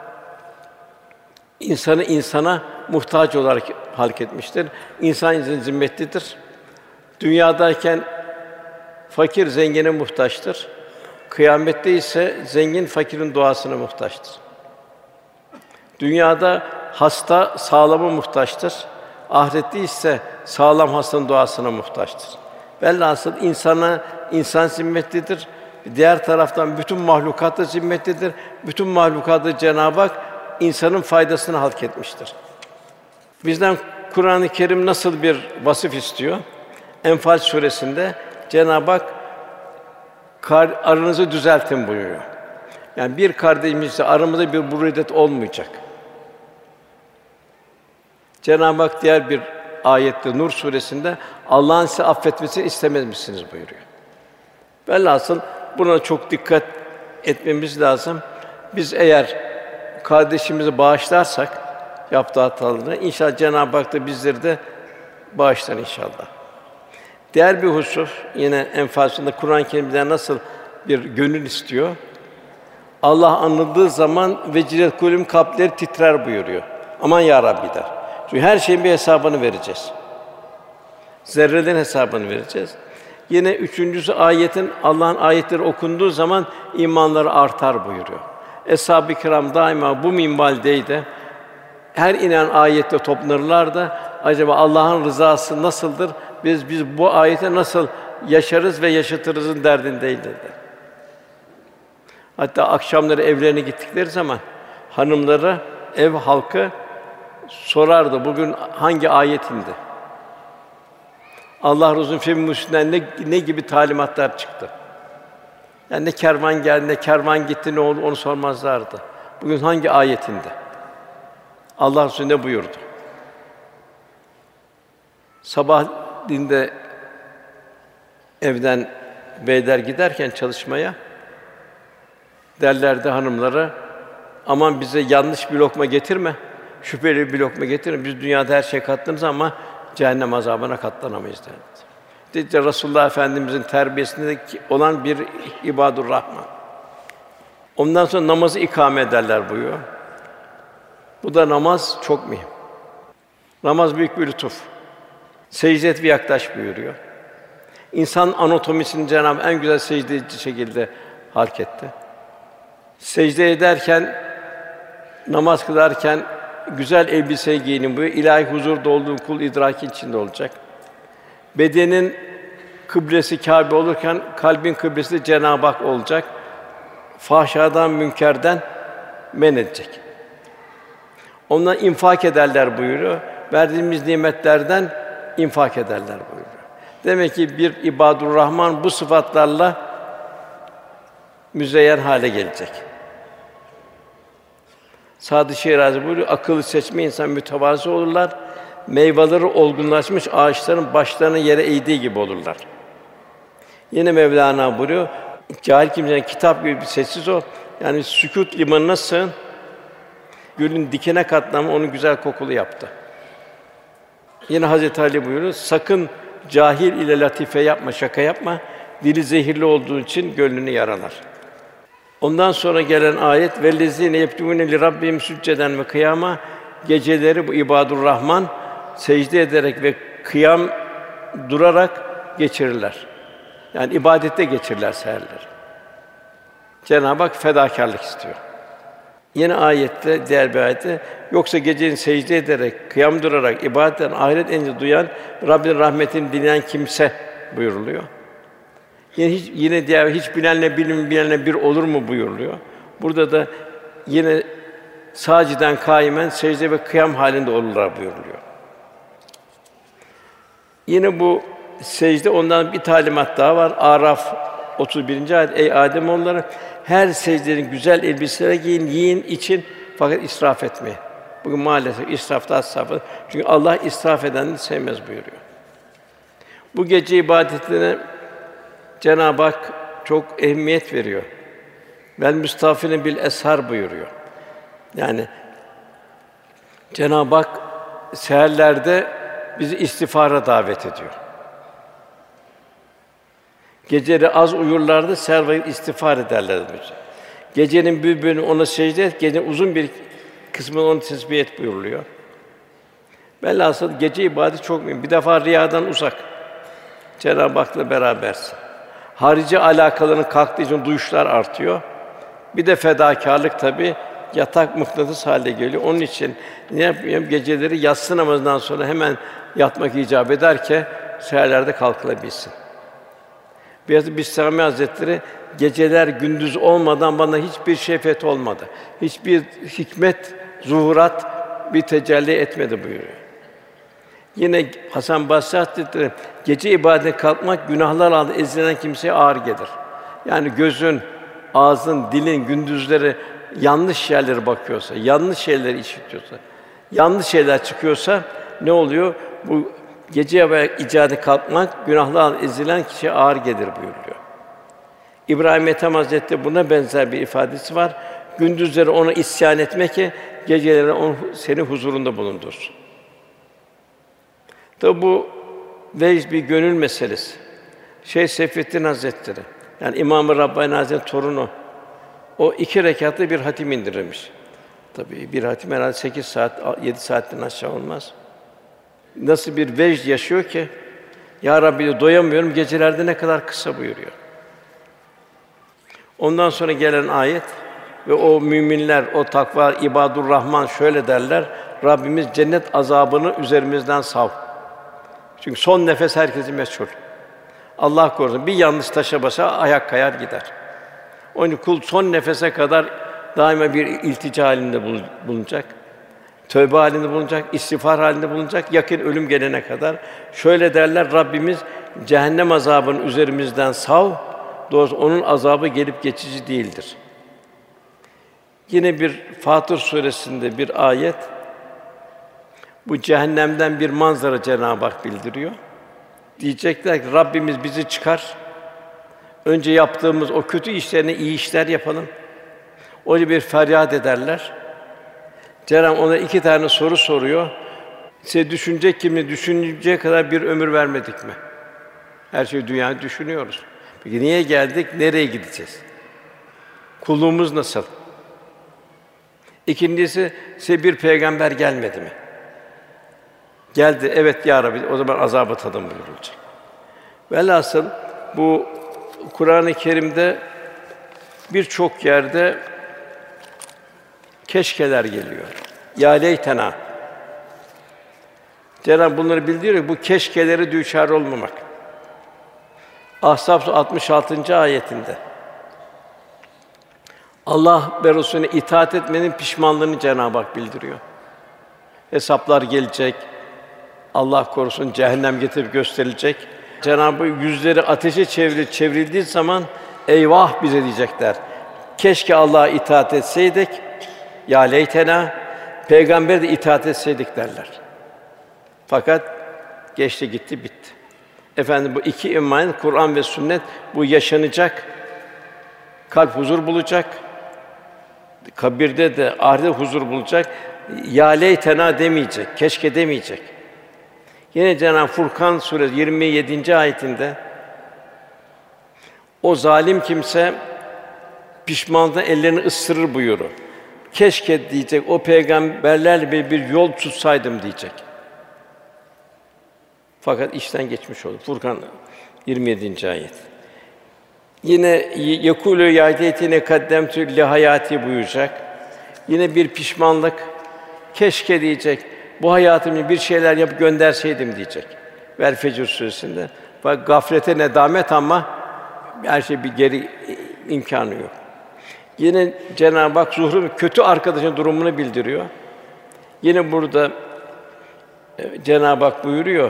insanı insana muhtaç olarak halk etmiştir. İnsan insan zimmetlidir. Dünyadayken fakir zengine muhtaçtır. Kıyamette ise zengin fakirin duasına muhtaçtır. Dünyada hasta sağlama muhtaçtır. Ahirette ise sağlam hastanın duasına muhtaçtır. Velhasıl insana insan zimmetlidir. Diğer taraftan bütün mahlukat da zimmetlidir. Bütün mahlukatı Cenab-ı Hak insanın faydasını halk etmiştir. Bizden Kur'an-ı Kerim nasıl bir vasıf istiyor? Enfal suresinde Cenab-ı Hak kar, aranızı düzeltin buyuruyor. Yani bir kardeşimizle aramızda bir burudet olmayacak. Cenab-ı Hak diğer bir ayette Nur suresinde Allah'ın size affetmesini istemez misiniz buyuruyor. Velhasıl buna çok dikkat etmemiz lazım. Biz eğer kardeşimizi bağışlarsak yaptığı hatalarını inşallah Cenab-ı Hak da bizleri de bağışlar inşallah. Diğer bir husus yine Enfal suresinde Kur'an-ı Kerim'de nasıl bir gönül istiyor? Allah anıldığı zaman vecilet kulûbûm kalpleri titrer buyuruyor. Aman ya Rabbi der. Çünkü her şeyin bir hesabını vereceğiz. Zerrelerin hesabını vereceğiz. Yine üçüncüsü ayetin Allah'ın ayetleri okunduğu zaman imanları artar buyuruyor. Eshab-ı kiram daima bu minvaldeydi. Her inen ayette toplanırlar da acaba Allah'ın rızası nasıldır? Biz biz bu ayete nasıl yaşarız ve yaşatırızın derdindeydiler. Hatta akşamları evlerine gittikleri zaman hanımları, ev halkı sorardı bugün hangi ayet indi? Allah Resulü'nün Fehmi ne ne gibi talimatlar çıktı? Yani ne kervan geldi, ne kervan gitti, ne oldu onu sormazlardı. Bugün hangi ayet indi? Allah Resulü ne buyurdu? Sabah dinde evden beyler giderken çalışmaya derlerdi hanımlara, aman bize yanlış bir lokma getirme, şüpheli bir lokma getirme. Biz dünyada her şey katlanırız ama cehennem azabına katlanamayız derdi. İşte Resulullah Efendimizin terbiyesinde olan bir ibadur Rahman. Ondan sonra namazı ikame ederler buyuruyor. Bu da namaz çok mühim. Namaz büyük bir lütuf. Secde et ve yaklaş buyuruyor. İnsan anatomisini Cenab-ı Hak en güzel secde edici şekilde halk etti. Secde ederken, namaz kılarken güzel elbise giyinin buyuruyor. İlahi huzurda olduğun kul idraki içinde olacak. Bedenin kıblesi Kâbe olurken kalbin kıblesi de Cenab-ı Hak olacak. Fahşadan, münkerden men edecek. Ondan infak ederler buyuruyor. Verdiğimiz nimetlerden infak ederler buyuruyor. Demek ki bir ibadur Rahman bu sıfatlarla müzeyyen hale gelecek. Sâd-ı Şirazi buyuruyor, akıllı seçme insan mütevazı olurlar. Meyveleri olgunlaşmış ağaçların başlarını yere eğdiği gibi olurlar. Yine Mevlana buyuruyor, cahil kimsenin kitap gibi bir sessiz ol. Yani sükût limanına sığın. Gülün dikine katlanma onu güzel kokulu yaptı. Yine Hazreti Ali buyuruyor, sakın cahil ile latife yapma, şaka yapma. Dili zehirli olduğu için gönlünü yaralar. Ondan sonra gelen ayet vellezîne yebtûne li rabbihim sücceden ve kıyama geceleri bu ibadur Rahman secde ederek ve kıyam durarak geçirirler. Yani ibadette geçirirler seherler. Cenab-ı Hak fedakârlık istiyor. Yine ayette, diğer bir ayette yoksa gecenin secde ederek, kıyam durarak, ibadetten ahiret emri duyan, Rabbin rahmetini dileyen kimse buyuruluyor. Yine hiç, yine diğer hiç bilenle bilim bilenle bir olur mu buyuruluyor. Burada da yine sâciden kâimen secde ve kıyam halinde olurlar buyuruluyor. Yine bu secde ondan bir talimat daha var. Araf otuz birinci ayet. Ey Âdemoğulları her secdenin güzel elbiseler giyin, yiyin, için fakat israf etmeyin. Bugün maalesef israfta israfı. Çünkü Allah israf edeni sevmez buyuruyor. Bu gece ibadetine Cenab-ı Hak çok ehemmiyet veriyor. Vel müstafine bil eshar buyuruyor. Yani Cenab-ı Hak seherlerde bizi istiğfara davet ediyor. Geceleri az uyurlardı, seher vakit istiğfar ederlerdi. Gecenin bir bölümünü ona secde et, gecenin uzun bir kısmını onu tesbih et buyuruluyor. Velhasıl gece ibadeti çok mühim. Bir defa riyadan uzak. Cenab-ı Hak'la berabersin. Harici alakaların kalktığı için duyuşlar artıyor. Bir de fedakârlık tabii yatak mıknatıs hâle geliyor. Onun için ne yapayım? Geceleri yatsı namazından sonra hemen yatmak icap eder ki seherlerde kalkılabilsin. Beyazıt Bistami Hazretleri geceler gündüz olmadan bana hiçbir şefet olmadı. Hiçbir hikmet, zuhurat bir tecelli etmedi buyuruyor. Yine Hasan Basri Hazretleri gece ibadete kalkmak günahlar altında ezilen kimseye ağır gelir. Yani gözün, ağzın, dilin gündüzleri yanlış yerlere bakıyorsa, yanlış şeyleri işitiyorsa, yanlış şeyler çıkıyorsa ne oluyor? Bu gece ve icade kalkmak günahlarla ezilen kişiye ağır gelir buyuruyor. İbrahim Ethem Hazretleri buna benzer bir ifadesi var. Gündüzleri ona isyan etme ki geceleri onu senin huzurunda bulundursun. Tabi bu vecd bir gönül meselesi. Şeyh Seyfettin Hazretleri, yani İmam-ı Rabbani Hazretleri torunu, o iki rekâtlı bir hatim indirilmiş. Tabii bir hatim herhalde sekiz saat, yedi saatten aşağı olmaz. Nasıl bir vecd yaşıyor ki, Ya Rabbi doyamıyorum, gecelerde ne kadar kısa buyuruyor. Ondan sonra gelen ayet ve o müminler, o takva ibadur Rahman şöyle derler: Rabbimiz cennet azabını üzerimizden sav. Çünkü son nefes herkesin meçhul. Allah korusun bir yanlış taşa basa ayak kayar gider. Onun için kul son nefese kadar daima bir iltica halinde bulunacak. Tövbe halinde bulunacak, istiğfar halinde bulunacak yakın ölüm gelene kadar. Şöyle derler: Rabbimiz cehennem azabını üzerimizden sav. Doğrusu onun azabı gelip geçici değildir. Yine bir Fatır suresinde bir ayet bu cehennemden bir manzara Cenab-ı Hak bildiriyor. Diyecekler ki Rabbimiz bizi çıkar. Önce yaptığımız o kötü işlerine iyi işler yapalım. Öyle bir feryat ederler. Cenab-ı ona iki tane soru soruyor. Size düşünecek kimi düşüneceği kadar bir ömür vermedik mi? Her şeyi dünyayı düşünüyoruz. Peki niye geldik? Nereye gideceğiz? Kulluğumuz nasıl? İkincisi, size bir peygamber gelmedi mi? Geldi, evet ya Rabbi, o zaman azabı tadın buyurulacak. Velhasıl bu Kur'an-ı Kerim'de birçok yerde keşkeler geliyor. Ya leytena. Cenab-ı bunları bildiriyor, bu keşkeleri düçar olmamak. Ahzab altmış altıncı ayetinde Allah ve Resulüne itaat etmenin pişmanlığını Cenab-ı Hak bildiriyor. Hesaplar gelecek, Allah korusun cehennem getirip gösterilecek. Cenab-ı yüzleri ateşe çevrilip çevrildiği zaman eyvah bize diyecekler. Keşke Allah'a itaat etseydik. Ya leytena, peygamber de itaat etseydik derler. Fakat geçti gitti bitti. Efendim bu iki emanet Kur'an ve sünnet bu yaşanacak. Kalp huzur bulacak. Kabirde de ahirette huzur bulacak. Ya leytena demeyecek, keşke demeyecek. Yine Cenab-ı Furkan suresi yirmi yedinci ayetinde o zalim kimse pişmanlıktan ellerini ısırır buyuruyor. Keşke diyecek o peygamberlerle bir, bir yol tutsaydım diyecek. Fakat işten geçmiş oldu. Furkan yirmi yedinci ayet. Yine yekûlû yâ leyteni kaddemtü li hayâtî buyuracak. Yine bir pişmanlık. Keşke diyecek. Bu hayatımda bir şeyler yapıp gönderseydim diyecek. Vel Fecr suresinde. Bak gaflete nedamet ama her şey bir geri imkânı yok. Yine Cenab-ı Hak Zuhruf'un kötü arkadaşın durumunu bildiriyor. Yine burada Cenab-ı Hak buyuruyor.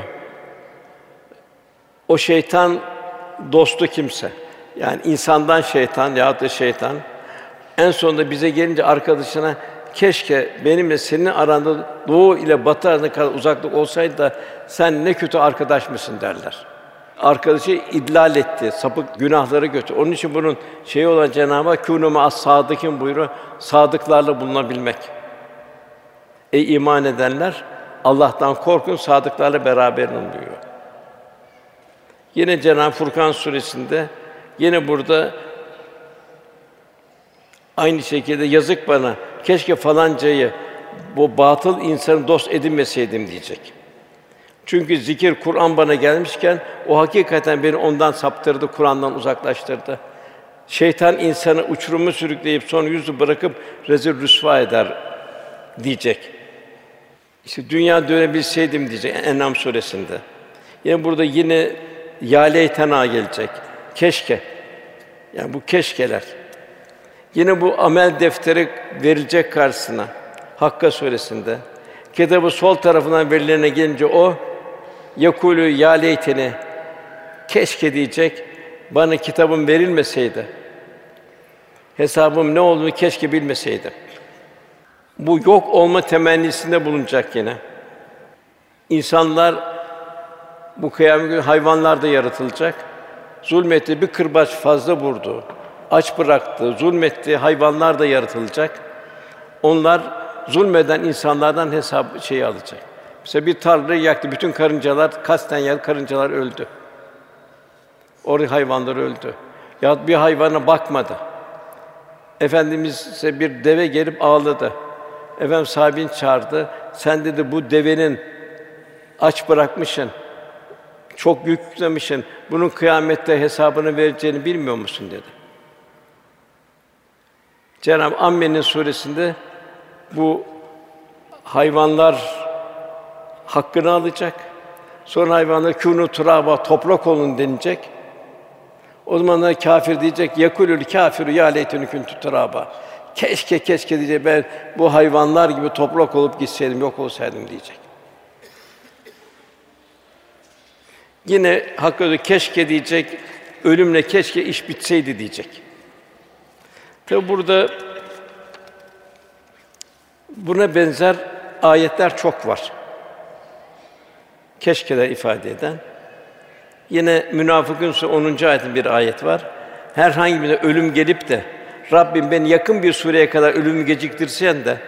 O şeytan dostu kimse. Yani insandan şeytan yahut da şeytan en sonunda bize gelince arkadaşına keşke benimle senin aranda doğu ile batı arasında kadar uzaklık olsaydı da sen ne kötü arkadaşmışsın derler. Arkadaşı idlal etti, sapık günahları götü. Onun için bunun şeyi olan Cenab-ı Hak kûnû ma'as-sâdıkîn buyuruyor. Sadıklarla bulunabilmek. Ey iman edenler, Allah'tan korkun, sadıklarla beraber olun buyuruyor. Yine Cenab-ı Furkan suresinde yine burada aynı şekilde yazık bana, keşke falancayı bu batıl insanı dost edinmeseydim diyecek. Çünkü zikir, Kur'an bana gelmişken o hakikaten beni ondan saptırdı, Kur'an'dan uzaklaştırdı. Şeytan insanı uçuruma sürükleyip sonra yüzü bırakıp rezil rüsva eder diyecek. İşte dünya dönebilseydim diyecek En'am suresinde. Yine burada yine ya leytena gelecek. Keşke. Yani bu keşkeler. Yine bu amel defteri verilecek karşısına. Hakka suresinde. Kitabı sol tarafından verilerine gelince o yekulü ya leyteni, keşke diyecek, bana kitabım verilmeseydi. Hesabım ne olduğunu keşke bilmeseydim. Bu yok olma temennisinde bulunacak yine. İnsanlar bu kıyamet günü hayvanlar da yaratılacak. Zulmetti, bir kırbaç fazla vurdu. Aç bıraktı, zulmetti, hayvanlar da yaratılacak. Onlar zulmeden insanlardan hesap şeyi alacak. Mesela bir tarlayı yaktı, bütün karıncalar kasten yaktı, karıncalar öldü. Orada hayvanlar öldü. Ya bir hayvana bakmadı. Efendimiz ise bir deve gelip ağladı. Efendim sahibini çağırdı. Sen dedi bu devenin aç bırakmışsın, çok yüklemişsin. Bunun kıyamette hesabını vereceğini bilmiyor musun dedi. Cenab-ı Amme'nin suresinde bu hayvanlar hakkını alacak. Sonra hayvanlar kûnû turâba, toprak olun denilecek. O zaman da kâfir diyecek yekulül kâfiru ya leytenî kuntu turâba. Keşke keşke diyecek ben bu hayvanlar gibi toprak olup gitseydim, yok olsaydım diyecek. Yine Hakk'a keşke diyecek, ölümle keşke iş bitseydi diyecek. Tabi burada buna benzer ayetler çok var. Keşkeler ifade eden. Yine Münafıkun Sûresi onuncu ayetinde bir ayet var. Herhangi birine ölüm gelip de Rabbim beni yakın bir süreye kadar ölümü geciktirsen de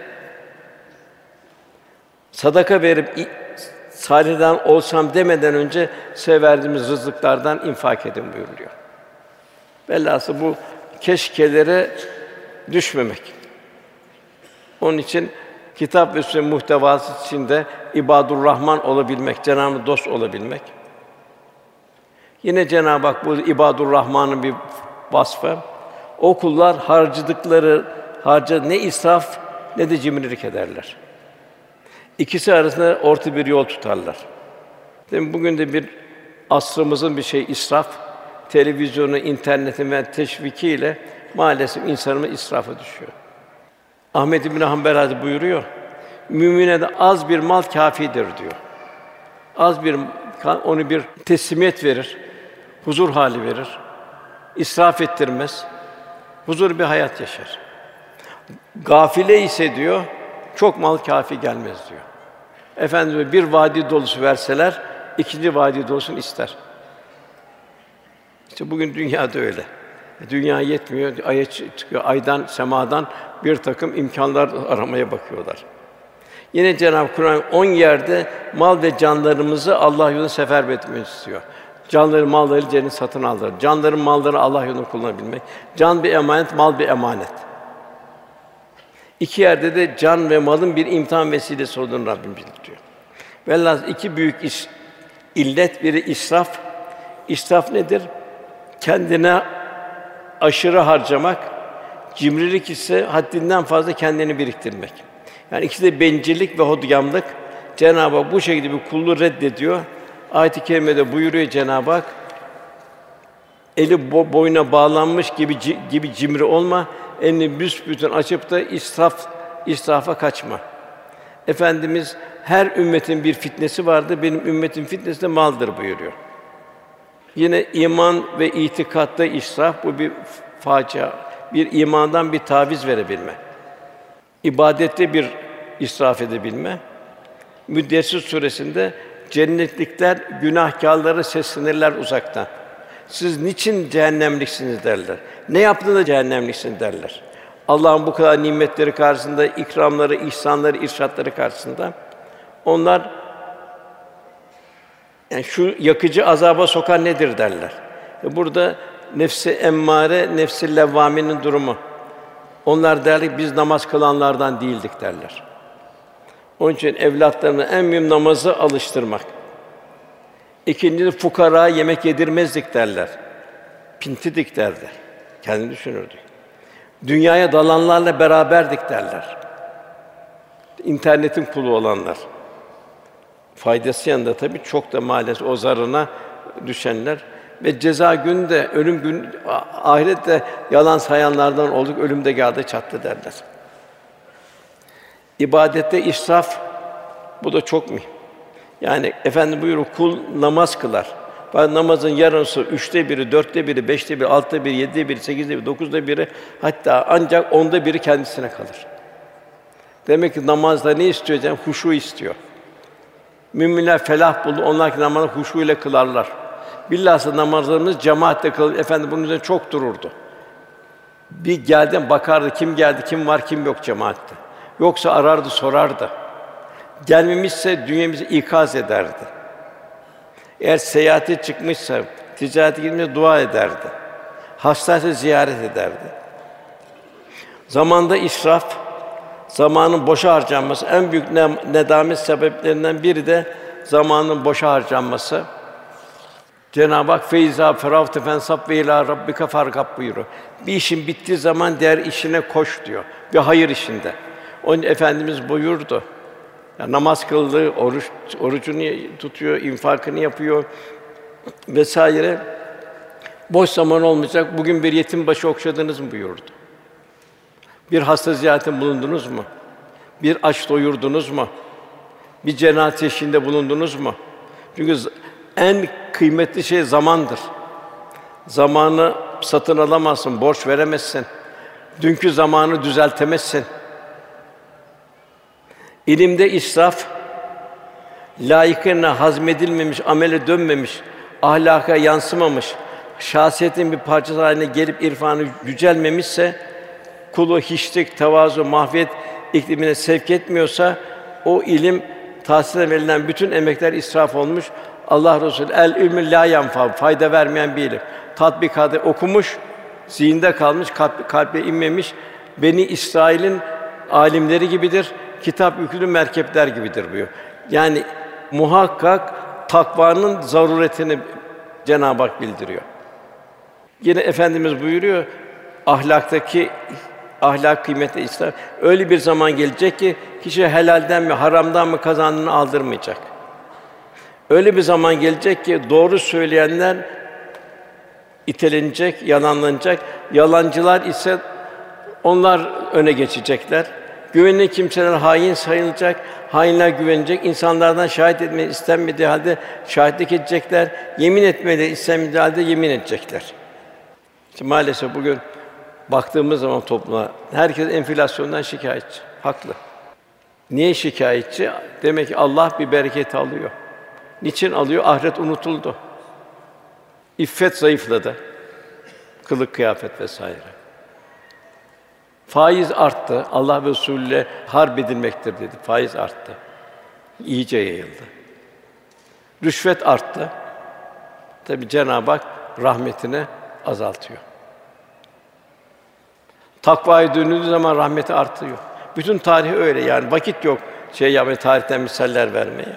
sadaka verip salihden olsam demeden önce size verdiğimiz rızıklardan infak edin buyuruyor. Velhâsıl bu keşkelere düşmemek. Onun için kitap ve sünnet muhtevası içinde ibâdurrahman olabilmek, Cenab-ı dost olabilmek. Yine Cenab-ı Hak bu ibâdurrahman'ın bir vasfı. O kullar harcadıkları harca ne israf ne de cimrilik ederler. İkisi arasında orta bir yol tutarlar. Değil mi? Bugün de bir asrımızın bir şey israf, televizyonu, internetin ve teşvikiyle maalesef insanımız israfa düşüyor. Ahmed İbn Hanbel Hazretleri buyuruyor, mümine de az bir mal kâfidir diyor. Az bir onu bir teslimiyet verir, huzur hali verir, israf ettirmez, huzur bir hayat yaşar. Gafile ise diyor, çok mal kâfi gelmez diyor. Efendimiz bir vadi dolusu verseler, ikinci vadi dolusunu ister. İşte bugün dünyada öyle. Dünya yetmiyor, aya çıkıyor, aydan, semadan bir takım imkânlar aramaya bakıyorlar. Yine Cenab-ı Kur'an on yerde mal ve canlarımızı Allah yolunda seferber etmemizi istiyor. Canları, malları cennet satın alır. Canların malları Allah yolunda kullanabilmek. Can bir emanet, mal bir emanet. İki yerde de can ve malın bir imtihan vesilesi olduğunu Rabbim bildiriyor. Velhâsıl iki büyük iş, illet, biri israf. İsraf nedir? Kendine aşırı harcamak, cimrilik ise haddinden fazla kendini biriktirmek. Yani ikisi de bencillik ve hodgamlık. Cenab-ı Hak bu şekilde bir kulluğu reddediyor. Ayet-i kerimede buyuruyor Cenab-ı Hak, eli bo- boyuna bağlanmış gibi ci- gibi cimri olma, elini büsbütün açıp da israf israfa kaçma. Efendimiz her ümmetin bir fitnesi vardır. Benim ümmetin fitnesi de maldır buyuruyor. Yine iman ve itikatta israf bu bir facia. Bir imandan bir taviz verebilme. ibadette bir israf edebilme. Müddessir suresinde cennetlikler günahkârlara seslenirler uzaktan. Siz niçin cehennemliksiniz derler. Ne yaptığında cehennemliksin derler. Allah'ın bu kadar nimetleri karşısında, ikramları, ihsanları, irşatları karşısında onlar yani şu yakıcı azaba sokan nedir derler. Burada nefs-i emmare, nefs-i levvâmenin durumu. Onlar derler biz namaz kılanlardan değildik derler. Onun için evlatlarına en mühim namazı alıştırmak. İkincisi fukara yemek yedirmezdik derler. Pintidik derler. Kendini düşünürdük. Dünyaya dalanlarla beraberdik derler. İnternetin kulu olanlar. Faydası yanında tabii çok da maalesef o zararına düşenler ve ceza günü de ölüm gün ahirette yalan sayanlardan olduk, ölüm de geldi çattı derler. İbadette israf bu da çok mühim. Yani Efendimiz buyuruyor kul namaz kılar. Bazı namazın yarısı, üçte biri, dörtte biri, beşte biri, altıda biri, yedide biri, sekizde biri, dokuzda biri, hatta ancak onda biri kendisine kalır. Demek ki namazda ne istiyor canım? Huşu istiyor. Müminler felah buldu. Onlar ki namazı huşu ile kılarlar. Bilhassa namazlarımız cemaatle kılır. Efendim bunun üzerine çok dururdu. Bir geldim bakardı kim geldi, kim var, kim yok cemaatte. Yoksa arardı, sorardı. Gelmemişse dünyamızı ikaz ederdi. Eğer seyahate çıkmışsa, ticarete gitmişse dua ederdi. Hastaysa ziyaret ederdi. Zamanda israf, zamanın boşa harcanması en büyük nedamet sebeplerinden biri de zamanın boşa harcanması. Cenab-ı Hak feyza feravte fensab ve ila rabbike fargab buyuruyor. Bir işin bittiği zaman diğer işine koş diyor. Bir hayır işinde. Onun Efendimiz buyurdu. Yani namaz kıldığı, oruç orucunu tutuyor, infakını yapıyor vesaire. Boş zaman olmayacak. Bugün bir yetim başı okşadınız mı buyurdu. Bir hasta ziyaretinde bulundunuz mu? Bir aç doyurdunuz mu? Bir cenaze eşiğinde bulundunuz mu? Çünkü en kıymetli şey zamandır. Zamanı satın alamazsın, borç veremezsin. Dünkü zamanı düzeltemezsin. İlimde israf, layıkıyla hazmedilmemiş, amele dönmemiş, ahlaka yansımamış, şahsiyetin bir parçası haline gelip irfanı yücelmemişse, kulu hiçlik, tevazu, mahfiyet iklimine sevk etmiyorsa, o ilim tahsile verilen bütün emekler israf olmuş. Allah Resulü el ilmü la yenfa, fayda vermeyen bir ilim. Tatbikatı okumuş, zihinde kalmış, kalp, kalbe inmemiş. Beni İsrail'in alimleri gibidir. Kitap yüklü merkepler gibidir buyuruyor. Yani muhakkak takvanın zaruretini Cenab-ı Hak bildiriyor. Yine Efendimiz buyuruyor, ahlaktaki ahlak kıymetli İslam öyle bir zaman gelecek ki kişi helalden mi haramdan mı kazandığını aldırmayacak. Öyle bir zaman gelecek ki doğru söyleyenler itelenecek, yalanlanacak. Yalancılar ise onlar öne geçecekler. Güvenilir kimseler hain sayılacak, hainler güvenecek. İnsanlardan şahit etmeyi istenmediği halde şahitlik edecekler. Yemin etmeyi de istenmediği halde yemin edecekler. İşte maalesef bugün baktığımız zaman topluma herkes enflasyondan şikâyetçi. Haklı. Niye şikâyetçi? Demek ki Allah bir bereket alıyor. Niçin alıyor? Ahiret unutuldu. İffet zayıfladı. Kılık kıyafet vesaire. Faiz arttı. Allah ve Resulü'yle harp edilmektir dedi. Faiz arttı. İyice yayıldı. Rüşvet arttı. Tabii Cenab-ı Hak rahmetini azaltıyor. Takvaya dönüldüğü zaman rahmeti artıyor. Bütün tarih öyle yani vakit yok şey yapmaya, tarihten misaller vermeye.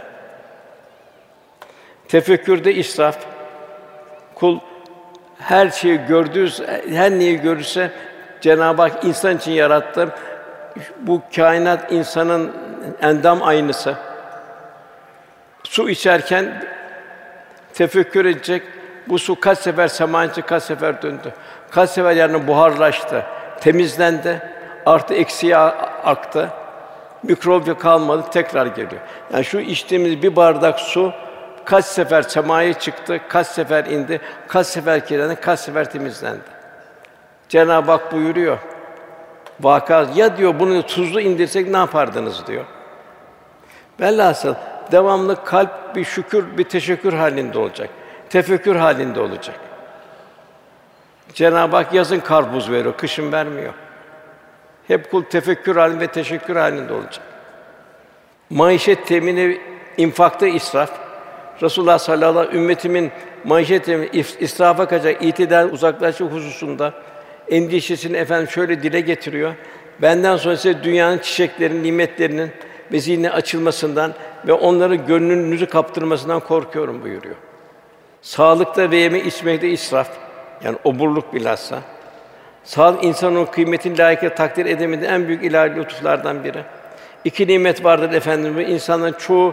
Tefekkürde israf. Kul her şeyi gördüğü, her neyi görürse Cenab-ı Hak insan için yarattı. Bu kainat insanın endam aynısı. Su içerken tefekkür edecek. Bu su kaç sefer semâ içi, kaç sefer döndü. Kaç sefer yani buharlaştı, temizlendi. Artı eksiğe aktı. Mikrobya kalmadı, tekrar geliyor. Yani şu içtiğimiz bir bardak su kaç sefer semaya çıktı, kaç sefer indi, kaç sefer kirlendi, kaç sefer temizlendi. Cenab-ı Hak buyuruyor. vaka. Ya diyor bunu tuzlu indirsek ne yapardınız diyor. Velhasıl devamlı kalp bir şükür, bir teşekkür halinde olacak. Tefekkür halinde olacak. Cenab-ı Hak yazın karpuz veriyor, kışın vermiyor. Hep kul tefekkür halinde ve teşekkür halinde olacak. Maişet temini, infakta israf. Resulullah sallallahu aleyhi ve sellem ümmetimin maişet temini israfa kaçacak, itidal uzaklaşma hususunda endişesini efendim şöyle dile getiriyor. Benden sonra size dünyanın çiçeklerinin, nimetlerinin ve zihni açılmasından ve onların gönlünüzü kaptırmasından korkuyorum buyuruyor. Sağlıkta ve yeme içmekte israf, yani oburluk bilhassa. Sağlık insanın kıymetini layıkıyla takdir edemediği en büyük ilahi lütuflardan biri. İki nimet vardır efendim ve insanların çoğu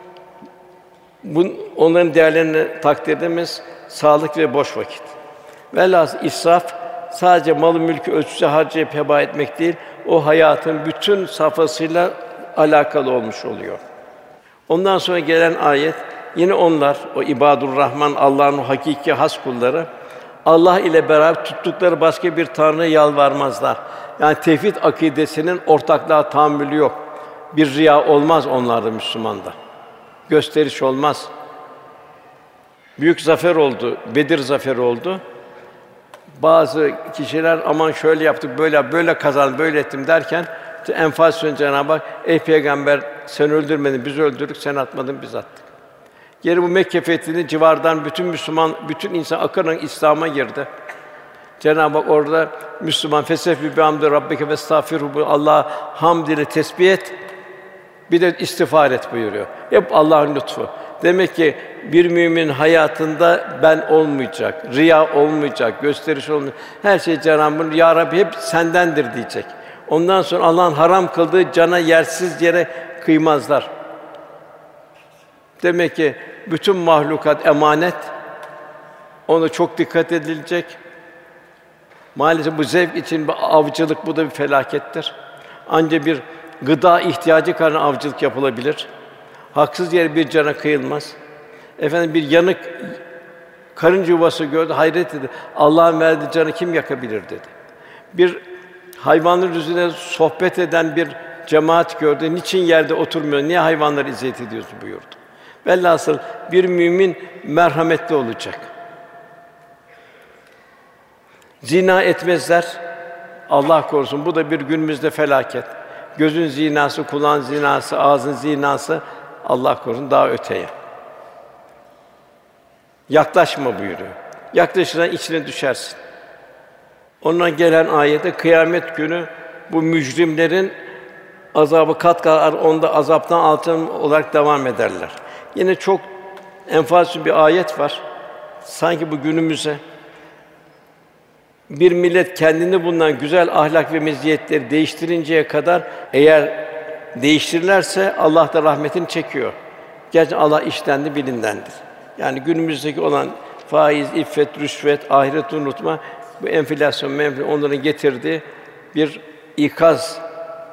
bu onların değerlerini takdir edemez. Sağlık ve boş vakit. Velhâsıl israf sadece malı mülkü ölçüsü harcayıp heba etmek değil, o hayatın bütün safhasıyla alakalı olmuş oluyor. Ondan sonra gelen ayet yine onlar o ibadur Rahman Allah'ın o hakiki has kulları Allah ile beraber tuttukları başka bir tanrıya yalvarmazlar. Yani tevhid akidesinin ortaklığa tahammülü yok. Bir riya olmaz onlarda, Müslümanda. Gösteriş olmaz. Büyük zafer oldu, Bedir zaferi oldu. Bazı kişiler aman şöyle yaptık, böyle böyle kazandım, böyle ettim derken işte Enfal Suresi'nde Cenab-ı Hak ey peygamber sen öldürmedin, biz öldürdük, sen atmadın, biz attık. Geri bu Mekke fethinde civardan bütün Müslüman, bütün insan akarak İslam'a girdi. Cenab-ı Hak orada Müslüman fesebbi bihamdi rabbike vestağfirhu, Allah hamd ile tesbih et, bir de istiğfar et buyuruyor. Hep Allah'ın lütfu. Demek ki bir mümin hayatında ben olmayacak, riya olmayacak, gösteriş olmayacak. Her şey Cenab-ı Hak ya Rabbi hep sendendir diyecek. Ondan sonra Allah'ın haram kıldığı cana yersiz yere kıymazlar. Demek ki bütün mahlukat emanet. Ona çok dikkat edilecek. Maalesef bu zevk için bir avcılık, bu da bir felakettir. Ancak bir gıda ihtiyacı karşısında avcılık yapılabilir. Haksız yere bir cana kıyılmaz. Efendim bir yanık karınca yuvası gördü, hayret dedi. Allah'ın verdiği canı kim yakabilir dedi. Bir hayvanların üzerine sohbet eden bir cemaat gördü. Niçin yerde oturmuyor? Niye hayvanları eziyet ediyorsun buyurdu. Velhasıl bir mümin merhametli olacak. Zina etmezler. Allah korusun. Bu da bir günümüzde felaket. Gözün zinası, kulağın zinası, ağzın zinası, Allah korusun daha öteye. Yaklaşma buyuruyor. Yaklaşırsan içine düşersin. Ondan gelen ayette kıyamet günü bu mücrimlerin azabı kat kat onda azaptan altın olarak devam ederler. Yine çok enfaslı bir ayet var. Sanki bu günümüze bir millet kendinde bulunan güzel ahlak ve meziyetleri değiştirinceye kadar eğer değiştirirlerse Allah da rahmetini çekiyor. Gerçi Allah iştendi bilindendir. Yani günümüzdeki olan faiz, iffet, rüşvet, ahireti unutma, bu enflasyon, menfi onların getirdiği bir ikaz.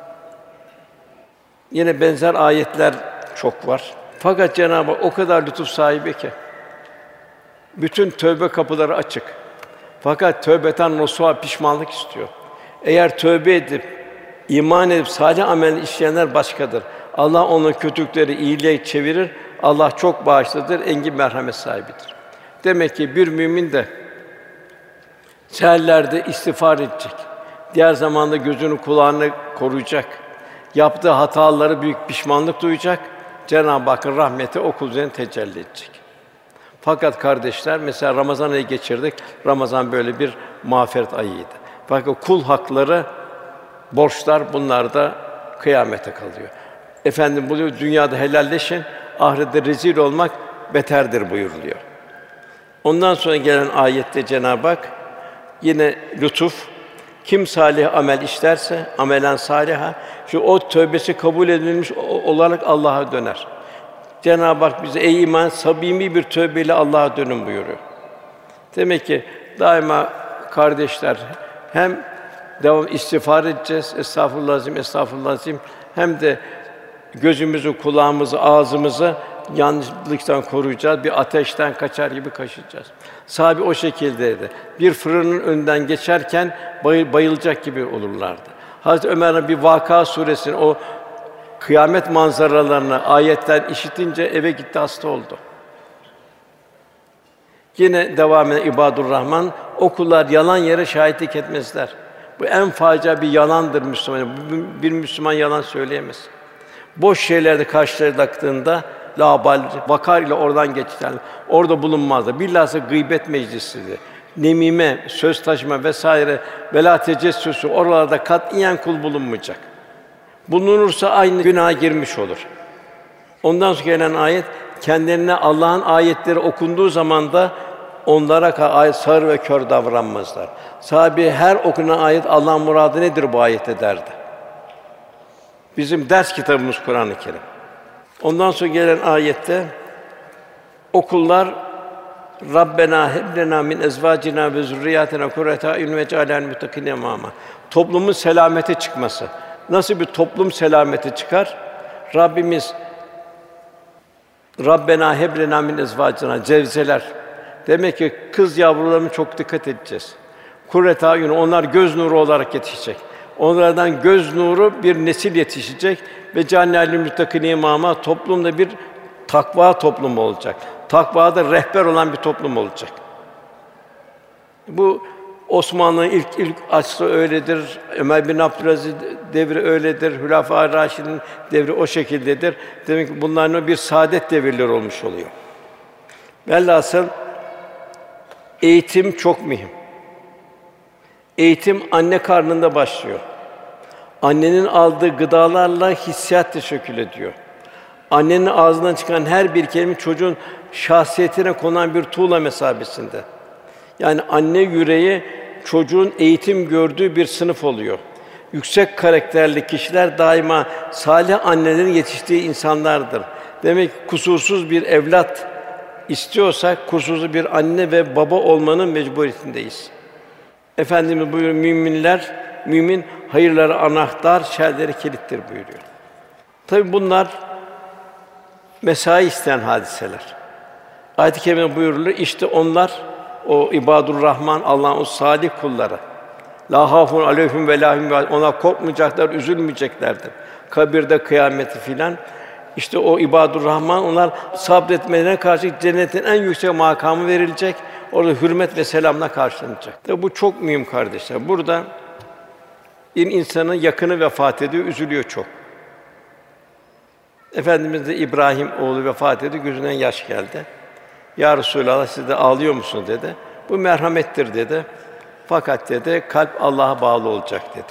Yine benzer ayetler çok var. Fakat Cenab-ı Hak o kadar lütuf sahibi ki bütün tövbe kapıları açık. Fakat tövbeten nasuha, pişmanlık istiyor. Eğer tövbe edip iman edip salih amel işleyenler başkadır. Allah onun kötülükleri iyiliğe çevirir. Allah çok bağışlıdır, engin merhamet sahibidir. Demek ki bir mümin de seherlerde istiğfar edecek. Diğer zamanda gözünü kulağını koruyacak. Yaptığı hataları büyük pişmanlık duyacak. Cenab-ı Hakk'ın rahmeti o kul üzerine tecelli edecek. Fakat kardeşler, mesela Ramazan ayı geçirdik. Ramazan böyle bir mağfiret ayıydı. Fakat kul hakları, borçlar bunlar da kıyamete kalıyor. Efendim buyuruyor, dünyada helalleşin, ahirette rezil olmak beterdir buyuruluyor. Ondan sonra gelen ayette Cenab-ı Hak yine lütuf, kim salih amel işlerse, amelen saliha, şu o tövbesi kabul edilmiş olarak Allah'a döner. Cenab-ı Hak bize ey iman, samimi bir tövbeyle Allah'a dönün buyuruyor. Demek ki daima kardeşler hem devam istiğfar edeceğiz, estağfurullahazim, estağfurullahazim, hem de gözümüzü, kulağımızı, ağzımızı yanlışlıktan koruyacağız. Bir ateşten kaçar gibi kaçacağız. Sahabe o şekildeydi. Bir fırının önünden geçerken bayıl, bayılacak gibi olurlardı. Hazreti Ömer'in bir Vakâ suresinin o kıyamet manzaralarını ayetten işitince eve gitti, hasta oldu. Yine devam eden İbâdurrahman, o kullar yalan yere şahitlik etmezler. Bu en facia bir yalandır Müslüman. Bir Müslüman yalan söyleyemez. Boş şeylerde karşılaştığında labal, vakar ile oradan geçer. Orada bulunmazlar. Bilhassa gıybet meclisidir. Nemime, söz taşıma vesaire velâ tecessüsü oralarda katiyen kul bulunmayacak. Bulunursa aynı günaha girmiş olur. Ondan sonra gelen ayet, kendilerine Allah'ın ayetleri okunduğu zaman da onlara ayet sağır ve kör davranmazlar. Sahabe her okunan ayet Allah'ın muradı nedir bu ayette derdi. Bizim ders kitabımız Kur'an-ı Kerim. Ondan sonra gelen ayette okullar Rabbena heb lena min ezvacina ve zurriyatina kurrete a'yun vec'alna muttaqine imama. Toplumun selamete çıkması. Nasıl bir toplum selamete çıkar? Rabbimiz Rabbena heb lena min ezvacina cevzeler. Demek ki kız yavrularına çok dikkat edeceğiz. Kurrete a'yun, onlar göz nuru olarak yetişecek. Onlardan göz nuru bir nesil yetişecek ve cennetül muttaqine imama, toplumda bir takva toplumu olacak. Takvada rehber olan bir toplum olacak. Bu Osmanlı'nın ilk ilk asrı öyledir. Ömer bin Abdülaziz devri öyledir. Hülefâ-i Râşidîn devri o şekildedir. Demek ki bunların bir saadet devirleri olmuş oluyor. Velhasıl eğitim çok mühim. Eğitim anne karnında başlıyor. Annenin aldığı gıdalarla hissiyat teşekkül ediyor. Annenin ağzından çıkan her bir kelime çocuğun şahsiyetine konan bir tuğla mesabesinde. Yani anne yüreği çocuğun eğitim gördüğü bir sınıf oluyor. Yüksek karakterli kişiler daima salih annelerin yetiştiği insanlardır. Demek ki kusursuz bir evlat istiyorsak kusursuz bir anne ve baba olmanın mecburiyetindeyiz. Efendimiz buyuruyor, müminler, mümin hayırlara anahtar, şerlere kilittir buyuruyor. Tabii bunlar mesai isteyen hadiseler. Ayet-i kerimede buyurulur, işte onlar o İbâdurrahman, Allah'ın o salih kulları. Lâ hâfun aleyhim ve lâ hum yahzanûn. Onlar korkmayacaklar, üzülmeyeceklerdir. Kabirde, kıyameti filan. İşte o İbâdurrahman, onlar sabretmelerine karşı cennetin en yüksek makamı verilecek. Orada hürmet ve selamla karşılanacak. Tabi bu çok mühim kardeşler. Burada bir insanın yakını vefat ediyor, üzülüyor çok. Efendimiz de İbrahim oğlu vefat ediyor, gözünden yaş geldi. Ya Resulallah, siz de ağlıyor musunuz dedi. Bu merhamettir dedi. Fakat dedi kalp Allah'a bağlı olacak dedi.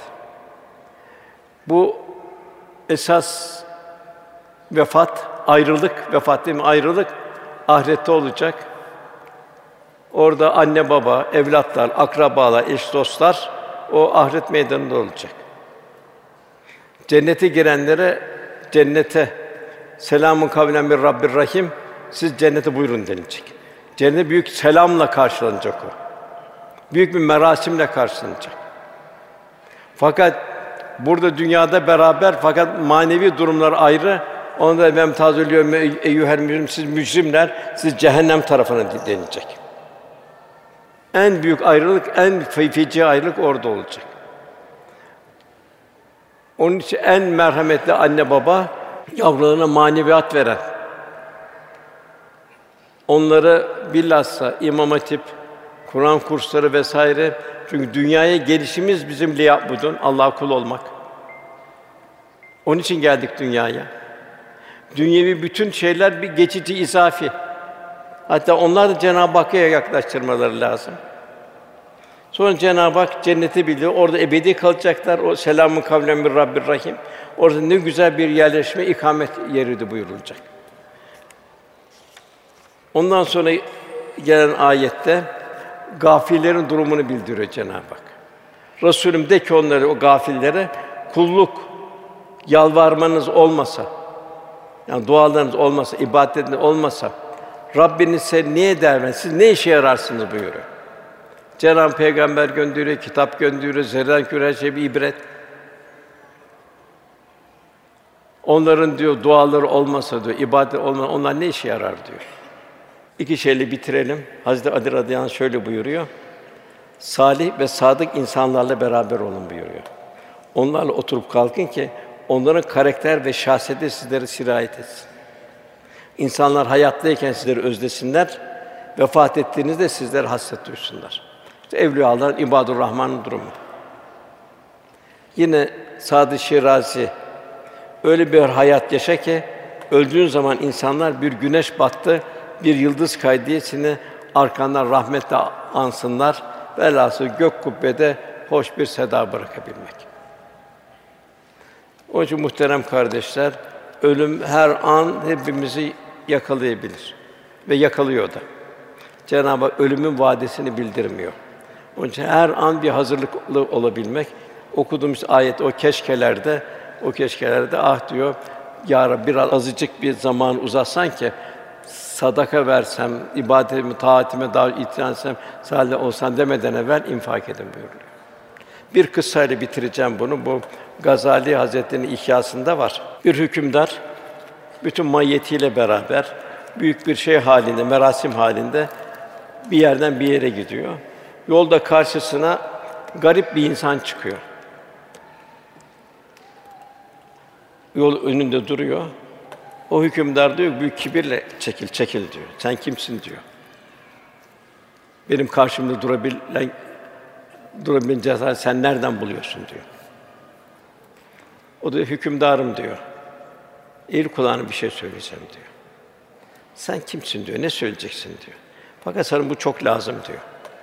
Bu esas vefat, ayrılık, vefat değil mi? Ayrılık ahirette olacak. Orada anne baba, evlatlar, akrabalar, eş dostlar o ahiret meydanında olacak. Cennete girenlere cennete selamun kavlen bir Rabbir Rahim, siz cennete buyurun denilecek. Cennete büyük selamla karşılanacak o. Büyük bir merasimle karşılanacak. Fakat burada dünyada beraber fakat manevi durumlar ayrı. Onda ben tazeliyorum eyyuhel mücrim, siz mücrimler, siz cehennem tarafına denilecek. En büyük ayrılık, en feci ayrılık orada olacak. Onun için en merhametli anne baba, yavrularına maneviyat veren, onları bilhassa İmam Hatip, Kur'an kursları vesaire. Çünkü dünyaya gelişimiz bizim liyabudun, Allah'a kul olmak. Onun için geldik dünyaya. Dünyevi bütün şeyler bir geçici, izafi. Hatta onlar da Cenab-ı Hakk'a yaklaştırmaları lazım. Sonra Cenab-ı Hak cenneti biliyor. Orada ebedi kalacaklar. O selamun kavlen min Rabbir Rahim. Orada ne güzel bir yerleşme, ikamet yeridir buyurulacak. Ondan sonra gelen ayette gafillerin durumunu bildiriyor Cenab-ı Hak. Resulüm de ki onlara, o gafillere, kulluk, yalvarmanız olmasa, yani dualarınız olmasa, ibadetiniz olmasa, Rabbiniz size niye der, siz ne işe yararsınız buyuruyor. Cenab-ı Peygamber gönderiyor, kitap gönderiyor, zerren kür her şey bir ibret. Onların diyor duaları olmasa diyor, ibadet olmasa onlar ne işe yarar diyor. İki şeyle bitirelim. Hazreti Ali radıyallahu anh şöyle buyuruyor. Salih ve sadık insanlarla beraber olun buyuruyor. Onlarla oturup kalkın ki onların karakter ve şahsiyeti sizlere sirayet etsin. İnsanlar hayattayken sizleri özlesinler, vefat ettiğinizde sizler hasret duysunlar. İşte Evliyaların, İbadur Rahman'ın durumu. Yine Sadı Şirazi öyle bir hayat yaşa ki öldüğün zaman insanlar bir güneş battı, bir yıldız kaydiyesine arkandan rahmetle ansınlar. Velhâsıl gök kubbede hoş bir seda bırakabilmek. Onun için muhterem kardeşler, ölüm her an hepimizi yakalayabilir ve yakalıyor da. Cenab-ı Hak ölümün vadesini bildirmiyor. Onun için her an bir hazırlıklı olabilmek. Okuduğumuz ayet o keşkelerde, o keşkelerde ah diyor, ya Rabbi biraz azıcık bir zaman uzatsan ki sadaka versem, ibadetimi, taatime daha itiraz etsem, salih olsam demeden evvel infak edin buyuruyor. Bir kıssayla bitireceğim bunu. Bu Gazali Hazretleri'nin İhyasında var. Bir hükümdar bütün maiyetiyle beraber büyük bir şey halinde, merasim halinde bir yerden bir yere gidiyor. Yolda karşısına garip bir insan çıkıyor. Yol önünde duruyor. O hükümdar diyor, büyük kibirle çekil, çekil diyor. Sen kimsin diyor. Benim karşımda durabilen, durabilen cesaret sen nereden buluyorsun diyor. O da hükümdarım diyor. Eğil kulağına bir şey söyleyeceğim diyor. Sen kimsin diyor, ne söyleyeceksin diyor. Fakat sana bu çok lazım diyor.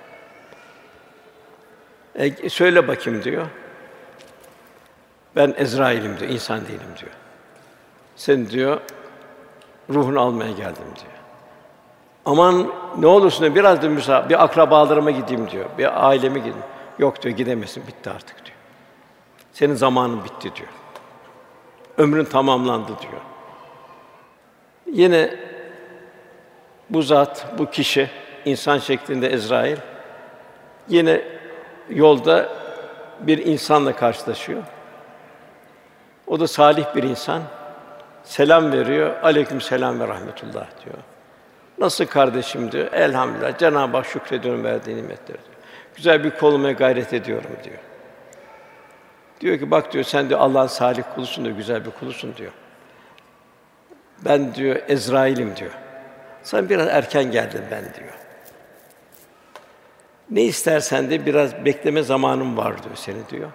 E, söyle bakayım diyor. Ben Ezrail'im diyor, insan değilim diyor. Sen diyor, ruhunu almaya geldim diyor. Aman ne olursun diyor, biraz da müsaade, bir akrabalarıma gideyim diyor, bir aileme gideyim. Yok diyor, gidemezsin, bitti artık diyor. Senin zamanın bitti diyor. Ömrün tamamlandı diyor. Yine bu zat, bu kişi, insan şeklinde Ezrail, yine yolda bir insanla karşılaşıyor. O da salih bir insan. Selam veriyor. Aleykümselam ve rahmetullah diyor. Nasıl kardeşim diyor. Elhamdülillah. Cenab-ı Hak şükrediyorum verdiği nimetleri diyor. Güzel bir kul olmaya gayret ediyorum diyor. Diyor ki bak diyor sen diyor Allah'ın salih kulusun diyor, güzel bir kulusun diyor. Ben diyor Ezrail'im diyor. Sen biraz erken geldin ben diyor. Ne istersen de biraz bekleme zamanım var diyor seni diyor.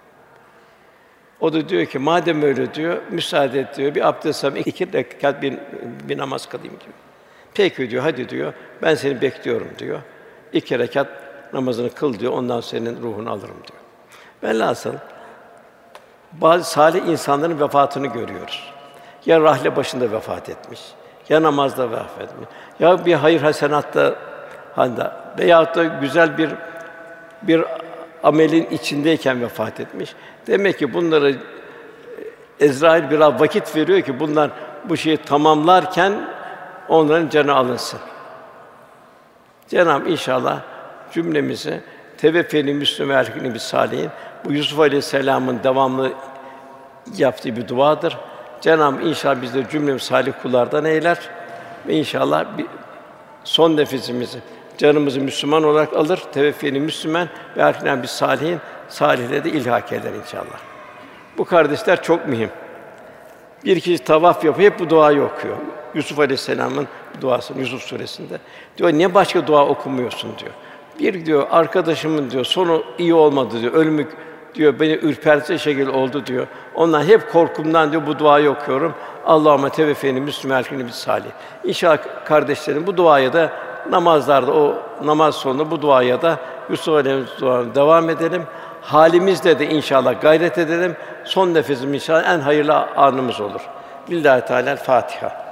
O da diyor ki madem öyle diyor, müsaade et diyor, bir abdest alayım, iki rekat bir, bir namaz kılayım diyor. Peki diyor, hadi diyor, ben seni bekliyorum diyor. İki rekat namazını kıl diyor, ondan senin ruhunu alırım diyor. Velhasıl bazı salih insanların vefatını görüyoruz. Ya rahle başında vefat etmiş, ya namazda vefat etmiş, ya bir hayır hasenatta handa veyahut da güzel bir bir amelin içindeyken vefat etmiş. Demek ki bunları Ezrail biraz vakit veriyor ki bunlar bu şeyi tamamlarken onların canı alınsın. Cenab-ı inşallah cümlemizi teveffeli müslüm ve erkini bis salihin bu Yusuf Aleyhisselam'ın devamlı yaptığı bir duadır. Cenab-ı inşallah bizleri cümlemizi salih kullardan eyler ve inşallah bir son nefesimizi canımızı Müslüman olarak alır, teveffeli Müslüman ve erkinen bis salihin salihlere de ilhak eder inşallah. Bu kardeşler çok mühim. Bir kişi tavaf yapıyor, hep bu duayı okuyor. Yusuf Aleyhisselam'ın duası Yusuf suresinde. Diyor niye başka dua okumuyorsun diyor. Bir diyor arkadaşımın diyor sonu iyi olmadı diyor. Ölümü diyor beni ürpertici şekilde oldu diyor. Ondan hep korkumdan diyor bu duayı okuyorum. Allahümme teveffeni Müslüman erkini bis salih. İnşallah kardeşlerim bu duaya da namazlarda o namaz sonunda bu duaya da Yusuf Aleyhisselam'a devam edelim. Halimizde de inşallah gayret edelim. Son nefesimiz inşallah en hayırlı anımız olur. Billahi Teala Fatiha.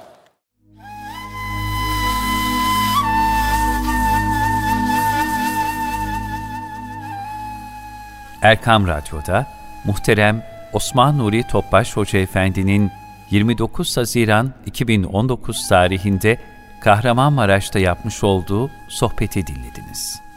Erkam Radyo'da muhterem Osman Nuri Topbaş Hoca Efendi'nin yirmi dokuz Haziran iki bin on dokuz tarihinde Kahramanmaraş'ta yapmış olduğu sohbeti dinlediniz.